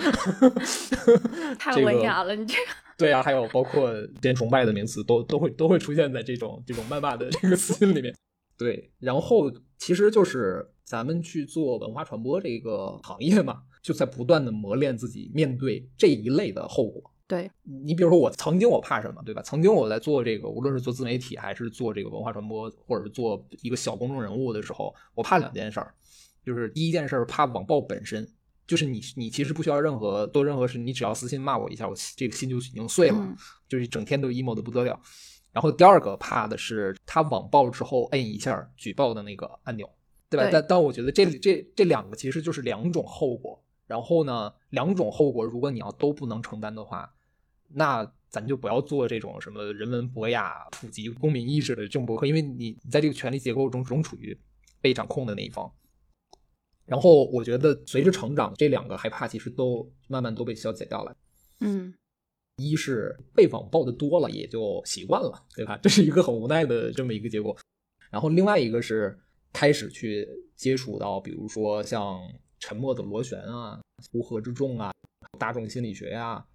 太文雅了，你这个。 对啊，还有包括偏崇拜的名词都都会都会出现在这种这种谩骂的这个私信里面。对，然后其实就是咱们去做文化传播这个行业嘛，就在不断的磨练自己面对这一类的后果。 对， 你比如说我曾经我怕什么，对吧？曾经我在做这个，无论是做自媒体还是做这个文化传播，或者是做一个小公众人物的时候，我怕两件事儿，就是第一件事儿怕网暴本身，就是你你其实不需要任何做任何事，你只要私信骂我一下，我这个心就已经碎了，嗯、就是整天都 emo 的不得了。然后第二个怕的是他网暴之后摁一下举报的那个按钮，对吧？对，但但我觉得这这这两个其实就是两种后果。然后呢，两种后果如果你要都不能承担的话，那咱就不要做这种什么人文博雅、普及公民意识的这种博客，因为你在这个权力结构中总处于被掌控的那一方。然后我觉得随着成长，这两个害怕其实都慢慢都被消解掉了。 嗯， 一是被网暴的多了，也就习惯了，对吧？这是一个很无奈的这么一个结果。然后另外一个是开始去接触到，比如说像沉默的螺旋啊、乌合之众啊、大众心理学啊，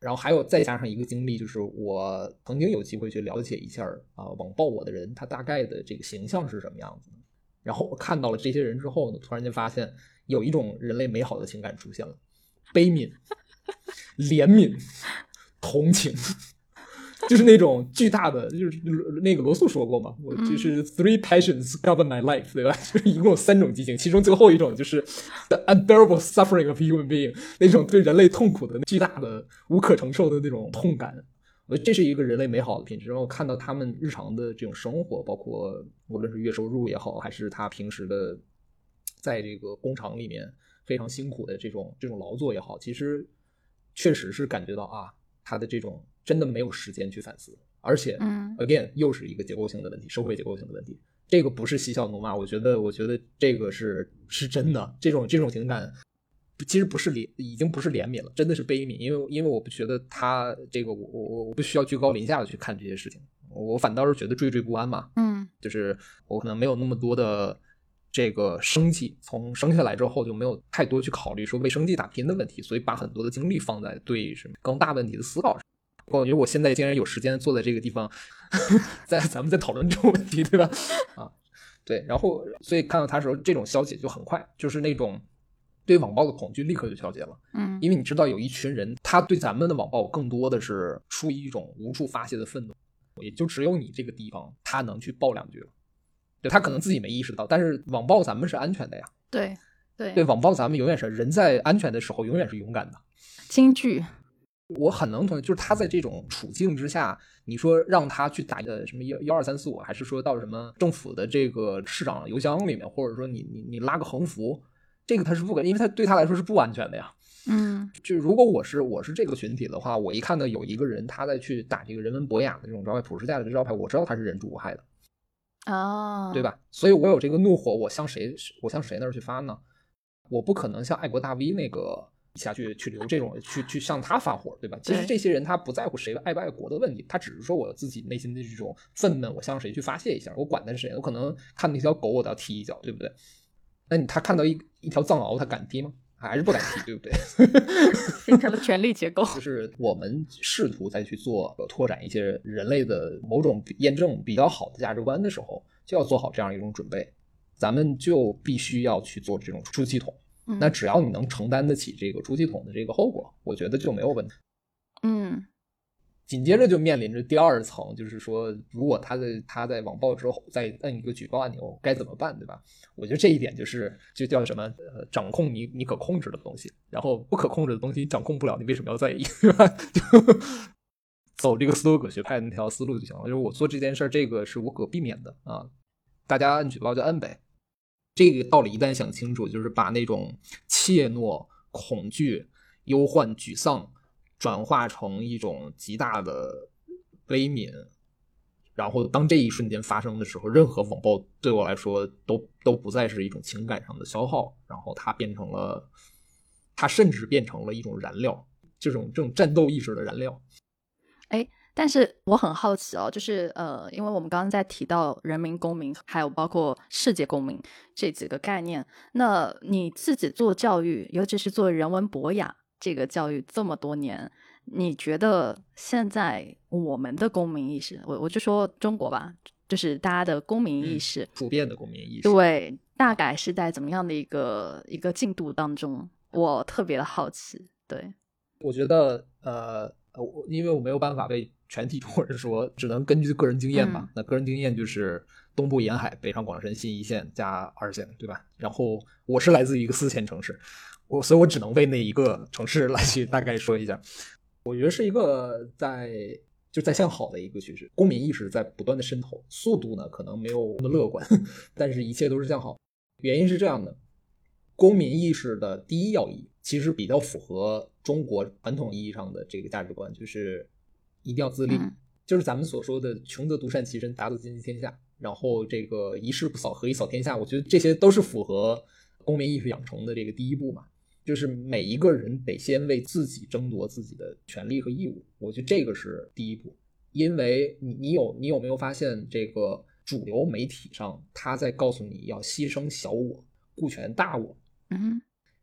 然后还有再加上一个经历，就是我曾经有机会去了解一下啊、呃，网暴我的人他大概的这个形象是什么样子的。然后我看到了这些人之后呢，突然间发现有一种人类美好的情感出现了：悲悯、怜悯、同情。就是那种巨大的，就是那个罗素说过嘛，我就是 three passions govern my life， 对吧？就是一共有三种激情，其中最后一种就是 the unbearable suffering of human being， 那种对人类痛苦的巨大的无可承受的那种痛感。我觉得这是一个人类美好的品质。然后看到他们日常的这种生活，包括无论是月收入也好，还是他平时的在这个工厂里面非常辛苦的这种这种劳作也好，其实确实是感觉到啊，他的这种真的没有时间去反思，而且、嗯、again 又是一个结构性的问题，社会结构性的问题。这个不是嬉笑怒骂，我觉得，我觉得这个是是真的。这种这种情感，其实不是怜，已经不是怜悯了，真的是悲悯。因为因为我不觉得他这个我我我不需要居高临下的去看这些事情，我反倒是觉得惴惴不安嘛。嗯，就是我可能没有那么多的这个生计，从生下来之后就没有太多去考虑说为生计打拼的问题，所以把很多的精力放在对什么更大问题的思考上。我觉得我现在竟然有时间坐在这个地方在咱们在讨论这种问题，对吧？啊，对，然后所以看到他的时候，这种消解就很快，就是那种对网暴的恐惧立刻就消解了。嗯，因为你知道有一群人他对咱们的网暴更多的是出于一种无处发泄的愤怒，也就只有你这个地方他能去爆两句了。对，他可能自己没意识到，但是网暴咱们是安全的呀。 对对对，网暴咱们永远是人在安全的时候永远是勇敢的。 金句。 我很能同意，就是他在这种处境之下，你说让他去打的什么幺二三四五，还是说到什么政府的这个市长邮箱里面，或者说你你你拉个横幅，这个他是不可，因为他对他来说是不安全的呀。嗯，就如果我是我是这个群体的话，我一看到有一个人他在去打这个人文博雅的这种招牌、普世价值的招牌，我知道他是人畜无害的。哦，对吧？所以我有这个怒火，我向谁我向谁那儿去发呢？我不可能像爱国大 V 那个下去去留这种去去向他发火，对吧？其实这些人他不在乎谁爱不爱国的问题，他只是说我自己内心的这种愤懑，我向谁去发泄一下，我管他是谁，我可能看那条狗我都要踢一脚，对不对？那你他看到一一条藏獒，他敢踢吗？还是不敢踢，对不对？ 形成了权力结构。 就是我们试图再去做拓展一些人类的某种验证比较好的价值观的时候，就要做好这样一种准备，咱们就必须要去做这种出气筒。那只要你能承担得起这个出气筒的这个后果，我觉得就没有问题。嗯，紧接着就面临着第二层，就是说，如果他在他在网暴之后再按一个举报按钮，该怎么办，对吧？我觉得这一点就是就叫什么、呃、掌控你你可控制的东西，然后不可控制的东西掌控不了，你为什么要在意，对吧？就走这个斯多葛学派那条思路就行了。就是我做这件事，这个是无可避免的啊，大家按举报就按呗。这个道理一旦想清楚，就是把那种怯懦、恐惧、忧患、沮丧转化成一种极大的悲悯，然后当这一瞬间发生的时候，任何网暴对我来说都都不再是一种情感上的消耗，然后它变成了，它甚至变成了一种燃料，这种这种战斗意识的燃料。 哎，但是我很好奇哦，就是呃，因为我们刚刚在提到人民公民，还有包括世界公民这几个概念，那你自己做教育，尤其是做人文博雅这个教育这么多年，你觉得现在我们的公民意识，我我就说中国吧，就是大家的公民意识、嗯、 普遍的公民意识， 对，大概是在怎么样的一个一个进度当中？我特别的好奇。对， 我觉得呃。呃，因为我没有办法为全体中国人说，只能根据个人经验吧。嗯、那个人经验就是东部沿海、北上广深新一线加二线，对吧？然后我是来自于一个四线城市，我所以我只能为那一个城市来去大概说一下。我觉得是一个在就在向好的一个趋势，公民意识在不断的渗透，速度呢可能没有那么乐观，但是一切都是向好。原因是这样的，公民意识的第一要义其实比较符合中国传统意义上的这个价值观，就是一定要自立、嗯、就是咱们所说的穷则独善其身，达则兼济天下，然后这个一事不扫何以扫天下，我觉得这些都是符合公民意识养成的这个第一步嘛，就是每一个人得先为自己争夺自己的权利和义务，我觉得这个是第一步。因为你你有你有没有发现，这个主流媒体上他在告诉你要牺牲小我顾全大我，嗯，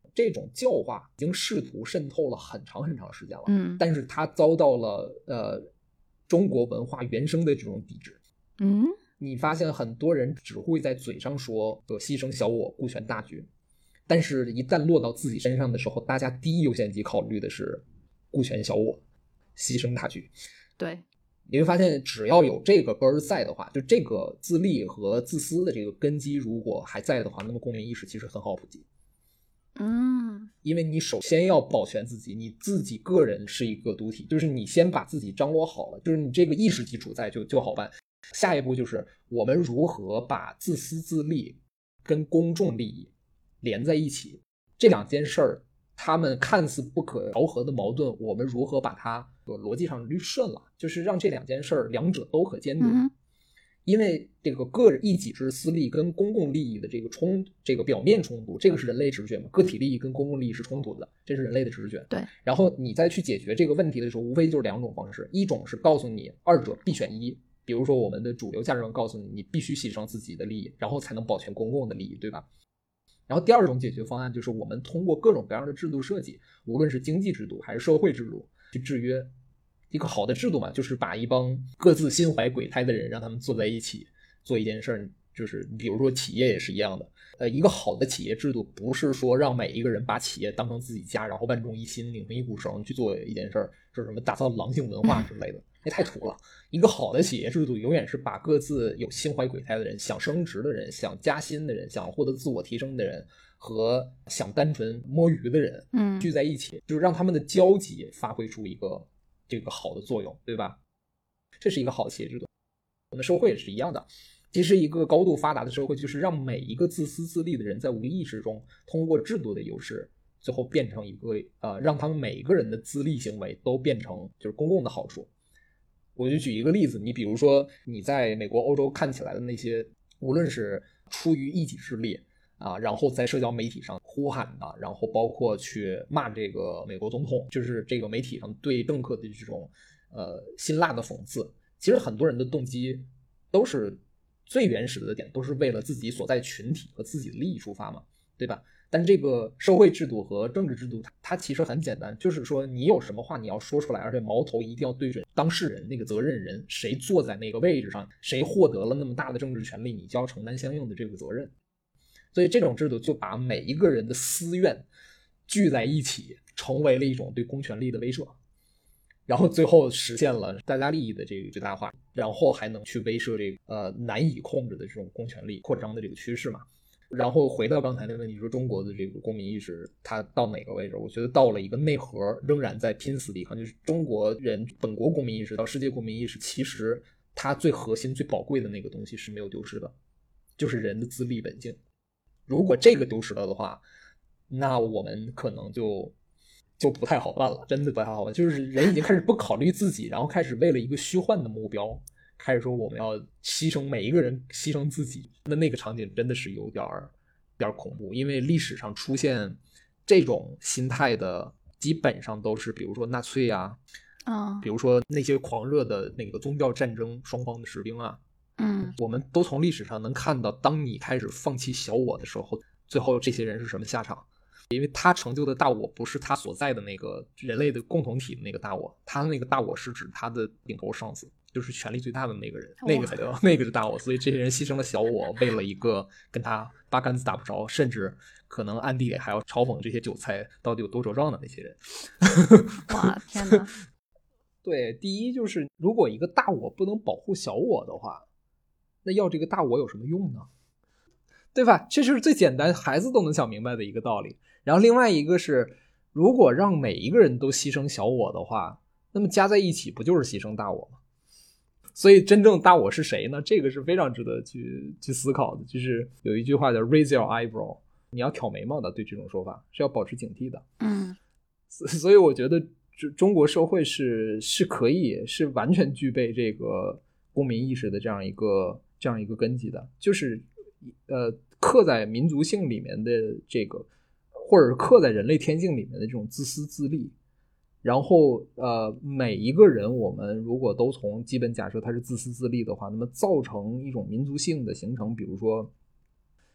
这种教化已经试图渗透了很长很长时间了， 嗯， 但是它遭到了呃中国文化原生的这种抵制。 嗯， 你发现很多人只会在嘴上说呃牺牲小我，顾全大局，但是一旦落到自己身上的时候，大家第一优先级考虑的是顾全小我，牺牲大局。 对， 你会发现只要有这个根儿在的话，就这个自利和自私的这个根基如果还在的话，那么公民意识其实很好普及。 嗯， 因为你首先要保全自己，你自己个人是一个独体，就是你先把自己张罗好了，就是你这个意识基础在就就好办。下一步就是我们如何把自私自利跟公众利益连在一起，这两件事儿他们看似不可调和的矛盾，我们如何把它逻辑上捋顺了，就是让这两件事儿两者都可兼得。 嗯， 因为这个个人一己之私利跟公共利益的这个冲这个表面冲突，这个是人类直觉嘛，个体利益跟公共利益是冲突的，这是人类的直觉。 对， 然后你再去解决这个问题的时候，无非就是两种方式，一种是告诉你二者必选一，比如说我们的主流价值观告诉你，你必须牺牲自己的利益，然后才能保全公共的利益，对吧？然后第二种解决方案就是我们通过各种各样的制度设计，无论是经济制度还是社会制度去制约。一个好的制度嘛，就是把一帮各自心怀鬼胎的人让他们坐在一起做一件事儿，就是比如说企业也是一样的。呃，一个好的企业制度不是说让每一个人把企业当成自己家，然后万众一心拧成一股绳去做一件事儿，是什么打造狼性文化之类的，那太土了。一个好的企业制度永远是把各自有心怀鬼胎的人、想升职的人、想加薪的人、想获得自我提升的人和想单纯摸鱼的人嗯， 聚在一起，就是让他们的交集发挥出一个这个好的作用，对吧？这是一个好的企业制度。我们的社会也是一样的。其实一个高度发达的社会，就是让每一个自私自利的人在无意识中通过制度的优势，最后变成一个呃，让他们每一个人的自利行为都变成就是公共的好处。我就举一个例子，你比如说你在美国、欧洲看起来的那些，无论是出于一己之力啊，然后在社交媒体上呼喊的，然后包括去骂这个美国总统，就是这个媒体上对政客的这种呃辛辣的讽刺，其实很多人的动机都是最原始的点，都是为了自己所在群体和自己的利益出发嘛，对吧？但这个社会制度和政治制度它，它其实很简单，就是说你有什么话你要说出来，而且矛头一定要对准当事人那个责任人，谁坐在那个位置上，谁获得了那么大的政治权利，你就要承担相应的这个责任。所以这种制度就把每一个人的私怨聚在一起，成为了一种对公权力的威慑，然后最后实现了大家利益的这个最大化，然后还能去威慑这个呃难以控制的这种公权力扩张的这个趋势嘛。然后回到刚才的问题，说中国的这个公民意识它到哪个位置？我觉得到了一个内核仍然在拼死抵抗，就是中国人本国公民意识到世界公民意识，其实它最核心最宝贵的那个东西是没有丢失的，就是人的自立本性。如果这个丢失了的话，那我们可能就就不太好办了，真的不太好办。就是人已经开始不考虑自己，然后开始为了一个虚幻的目标，开始说我们要牺牲每一个人，牺牲自己。那那个场景真的是有点儿点恐怖，因为历史上出现这种心态的，基本上都是比如说纳粹啊， 啊、 比如说那些狂热的那个宗教战争双方的士兵啊。 嗯， 我们都从历史上能看到，当你开始放弃小我的时候，最后这些人是什么下场？因为他成就的大我不是他所在的那个人类的共同体的那个大我，他那个大我是指他的顶头上司，就是权力最大的那个人，那个才叫那个是大我。所以这些人牺牲了小我，为了一个跟他八竿子打不着，甚至可能暗地里还要嘲讽这些韭菜到底有多茁壮的那些人。 哇，天哪！ 对，第一就是如果一个大我不能保护小我的话，那要这个大我有什么用呢？对吧？这就是最简单孩子都能想明白的一个道理。然后另外一个是，如果让每一个人都牺牲小我的话，那么加在一起不就是牺牲大我吗？所以真正大我是谁呢？这个是非常值得去去思考的。就是有一句话叫 raise your eyebrow， 你要挑眉毛的，对这种说法是要保持警惕的。 嗯， 所以我觉得中国社会是是可以是完全具备这个公民意识的这样一个这样一个根基的，就是呃刻在民族性里面的这个，或者是刻在人类天性里面的这种自私自利。然后呃每一个人我们如果都从基本假设他是自私自利的话，那么造成一种民族性的形成，比如说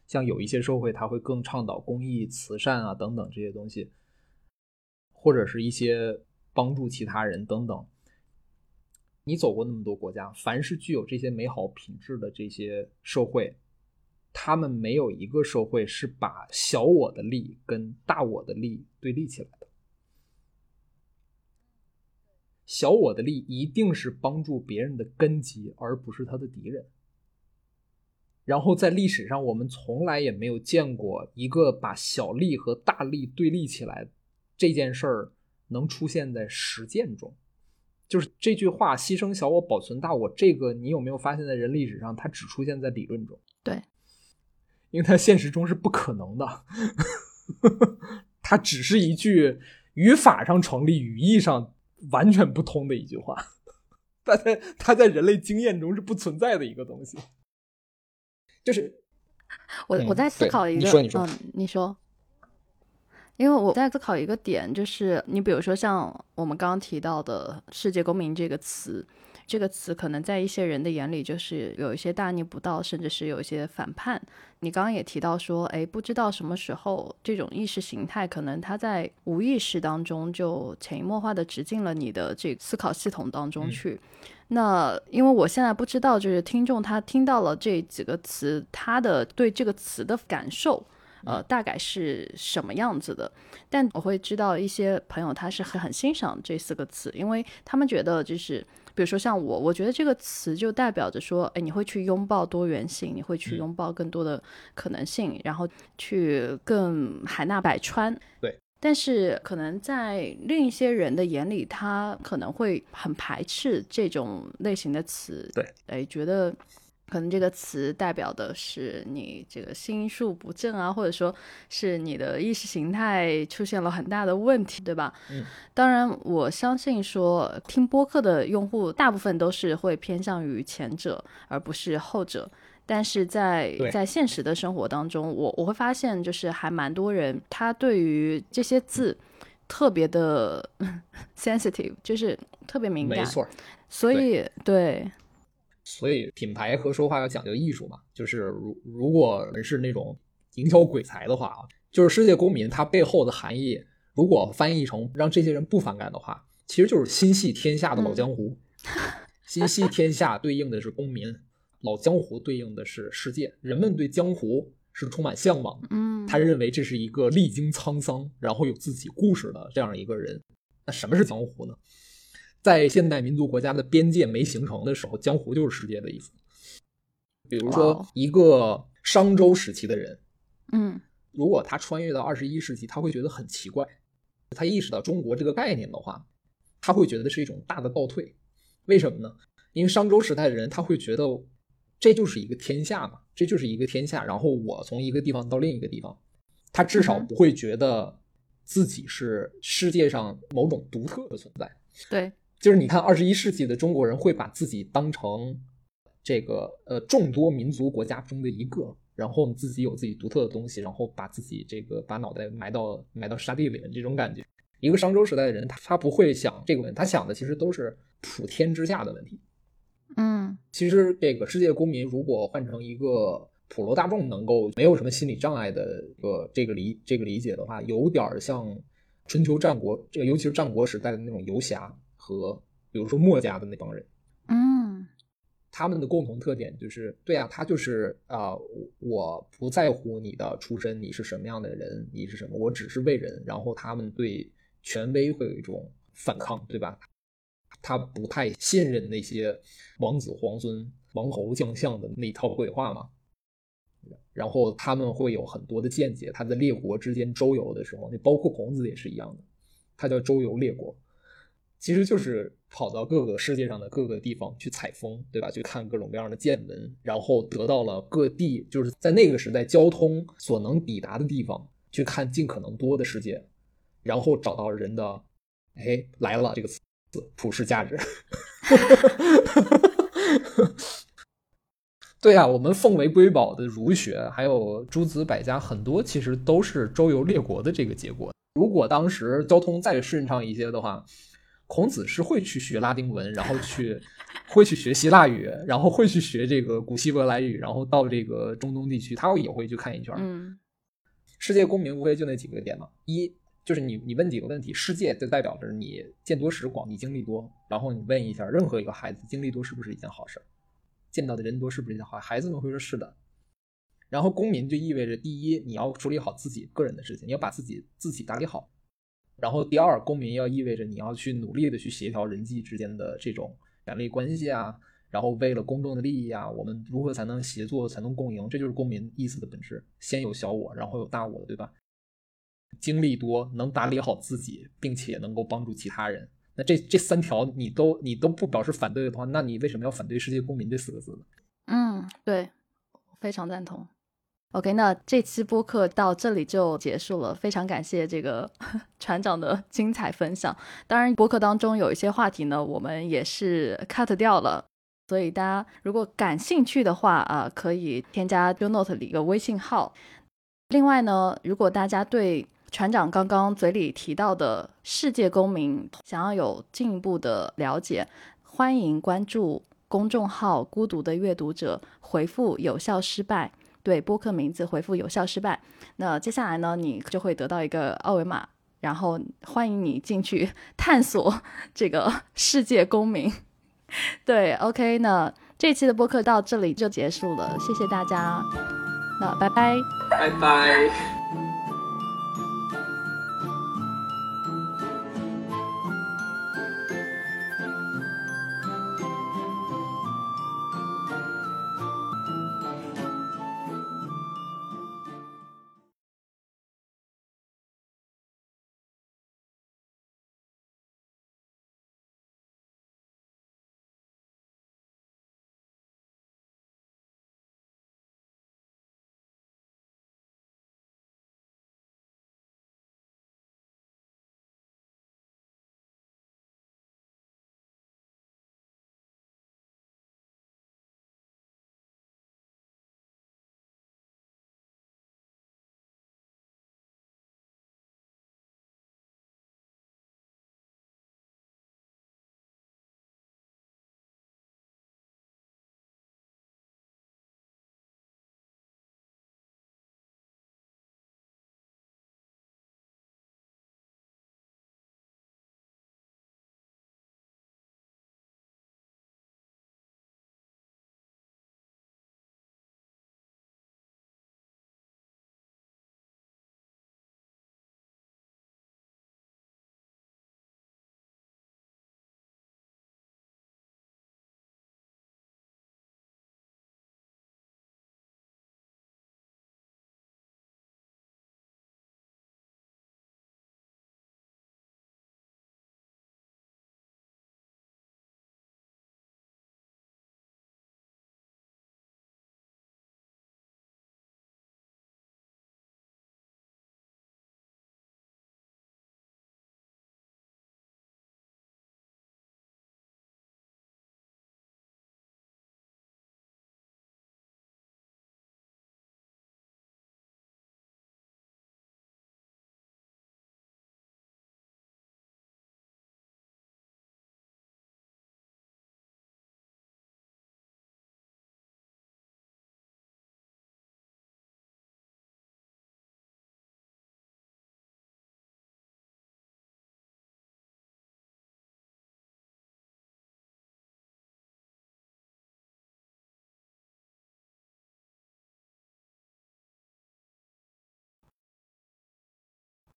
像有一些社会它会更倡导公益慈善啊等等这些东西，或者是一些帮助其他人等等。你走过那么多国家，凡是具有这些美好品质的这些社会，他们没有一个社会是把小我的利跟大我的利对立起来的。小我的利一定是帮助别人的根基，而不是他的敌人。然后在历史上我们从来也没有见过一个把小利和大利对立起来这件事儿能出现在实践中。就是这句话牺牲小我保存大我，这个你有没有发现在人历史上它只出现在理论中？ 对， 因为它现实中是不可能的它只是一句语法上成立语义上完全不通的一句话，它在它在人类经验中是不存在的一个东西。就是我我在思考一个， 你说你说嗯，你说，因为我在思考一个点，就是你比如说像我们刚刚提到的世界公民这个词，这个词可能在一些人的眼里就是有一些大逆不道，甚至是有一些反叛。你刚刚也提到说，哎，不知道什么时候这种意识形态可能它在无意识当中就潜移默化的植进了你的这个思考系统当中去。嗯，那因为我现在不知道就是听众他听到了这几个词，他的对这个词的感受呃，大概是什么样子的，但我会知道一些朋友他是很很欣赏这四个词，因为他们觉得就是比如说像我我觉得这个词就代表着说，哎，你会去拥抱多元性，你会去拥抱更多的可能性，嗯，然后去更海纳百川。 对， 但是可能在另一些人的眼里，他可能会很排斥这种类型的词。 对， 哎，觉得可能这个词代表的是你这个心术不正啊，或者说是你的意识形态出现了很大的问题，对吧？ 嗯， 当然我相信说听播客的用户大部分都是会偏向于前者而不是后者，但是在在现实的生活当中，我我会发现就是还蛮多人他对于这些字特别的sensitive， 就是特别敏感。 没错， 所以 对, 对所以品牌和说话要讲究艺术嘛，就是如如果是那种营销鬼才的话啊，就是世界公民它背后的含义，如果翻译成让这些人不反感的话，其实就是心系天下的老江湖。嗯、心系天下对应的是公民，老江湖对应的是世界。人们对江湖是充满向往的，嗯，他认为这是一个历经沧桑，然后有自己故事的这样一个人。那什么是江湖呢？在现代民族国家的边界没形成的时候，江湖就是世界的意思。比如说一个商周时期的人，嗯，如果他穿越到二十一世纪，他会觉得很奇怪。他意识到中国这个概念的话，他会觉得是一种大的倒退。为什么呢？因为商周时代的人他会觉得这就是一个天下嘛，这就是一个天下，然后我从一个地方到另一个地方，他至少不会觉得自己是世界上某种独特的存在。 对， 就是你看二十一世纪的中国人会把自己当成这个呃众多民族国家中的一个，然后自己有自己独特的东西，然后把自己这个把脑袋埋到埋到沙地里的这种感觉。一个商周时代的人，他他不会想这个问题，他想的其实都是普天之下的问题。嗯，其实这个世界公民如果换成一个普罗大众能够没有什么心理障碍的一个这个理这个理解的话，有点像春秋战国这个尤其是战国时代的那种游侠和比如说墨家的那帮人。嗯，他们的共同特点就是对啊，他就是啊、呃，我不在乎你的出身，你是什么样的人，你是什么，我只是为人。然后他们对权威会有一种反抗，对吧？他不太信任那些王子皇孙王侯将相的那套鬼话嘛。然后他们会有很多的见解，他在列国之间周游的时候，那包括孔子也是一样的，他叫周游列国，其实就是跑到各个世界上的各个地方去采风，对吧？去看各种各样的见闻，然后得到了各地就是在那个时代交通所能抵达的地方去看尽可能多的世界，然后找到人的哎来了这个词普世价值。对啊，我们奉为瑰宝的儒学还有诸子百家，很多其实都是周游列国的这个结果。如果当时交通再顺畅一些的话， 孔子是会去学拉丁文，然后去会去学希腊语，然后会去学这个古希伯来语，然后到这个中东地区他也会去看一圈。 嗯， 世界公民无非就那几个点嘛，一就是你你问几个问题，世界就代表着你见多识广，你经历多，然后你问一下任何一个孩子经历多是不是一件好事，见到的人多是不是一件好，孩子们会说是的。然后公民就意味着第一你要处理好自己个人的事情，你要把自己自己打理好，然后第二公民要意味着你要去努力的去协调人际之间的这种权力关系啊，然后为了公众的利益啊，我们如何才能协作才能共赢，这就是公民意思的本质，先有小我然后有大我，对吧？经历多能打理好自己并且能够帮助其他人，那这这三条你都你都不表示反对的话，那你为什么要反对世界公民这四个字呢？ 嗯，对，非常赞同。OK， 那这期播客到这里就结束了，非常感谢这个船长的精彩分享。当然播客当中有一些话题呢我们也是 cut 掉了，所以大家如果感兴趣的话啊、呃，可以添加 show note 里一个微信号。另外呢，如果大家对船长刚刚嘴里提到的世界公民想要有进一步的了解，欢迎关注公众号孤独的阅读者，回复有效失败，对，播客名字回复有效失败。那接下来呢，你就会得到一个二维码，然后欢迎你进去探索这个世界公民。对 OK， 那这期的播客到这里就结束了，谢谢大家，那拜拜拜拜。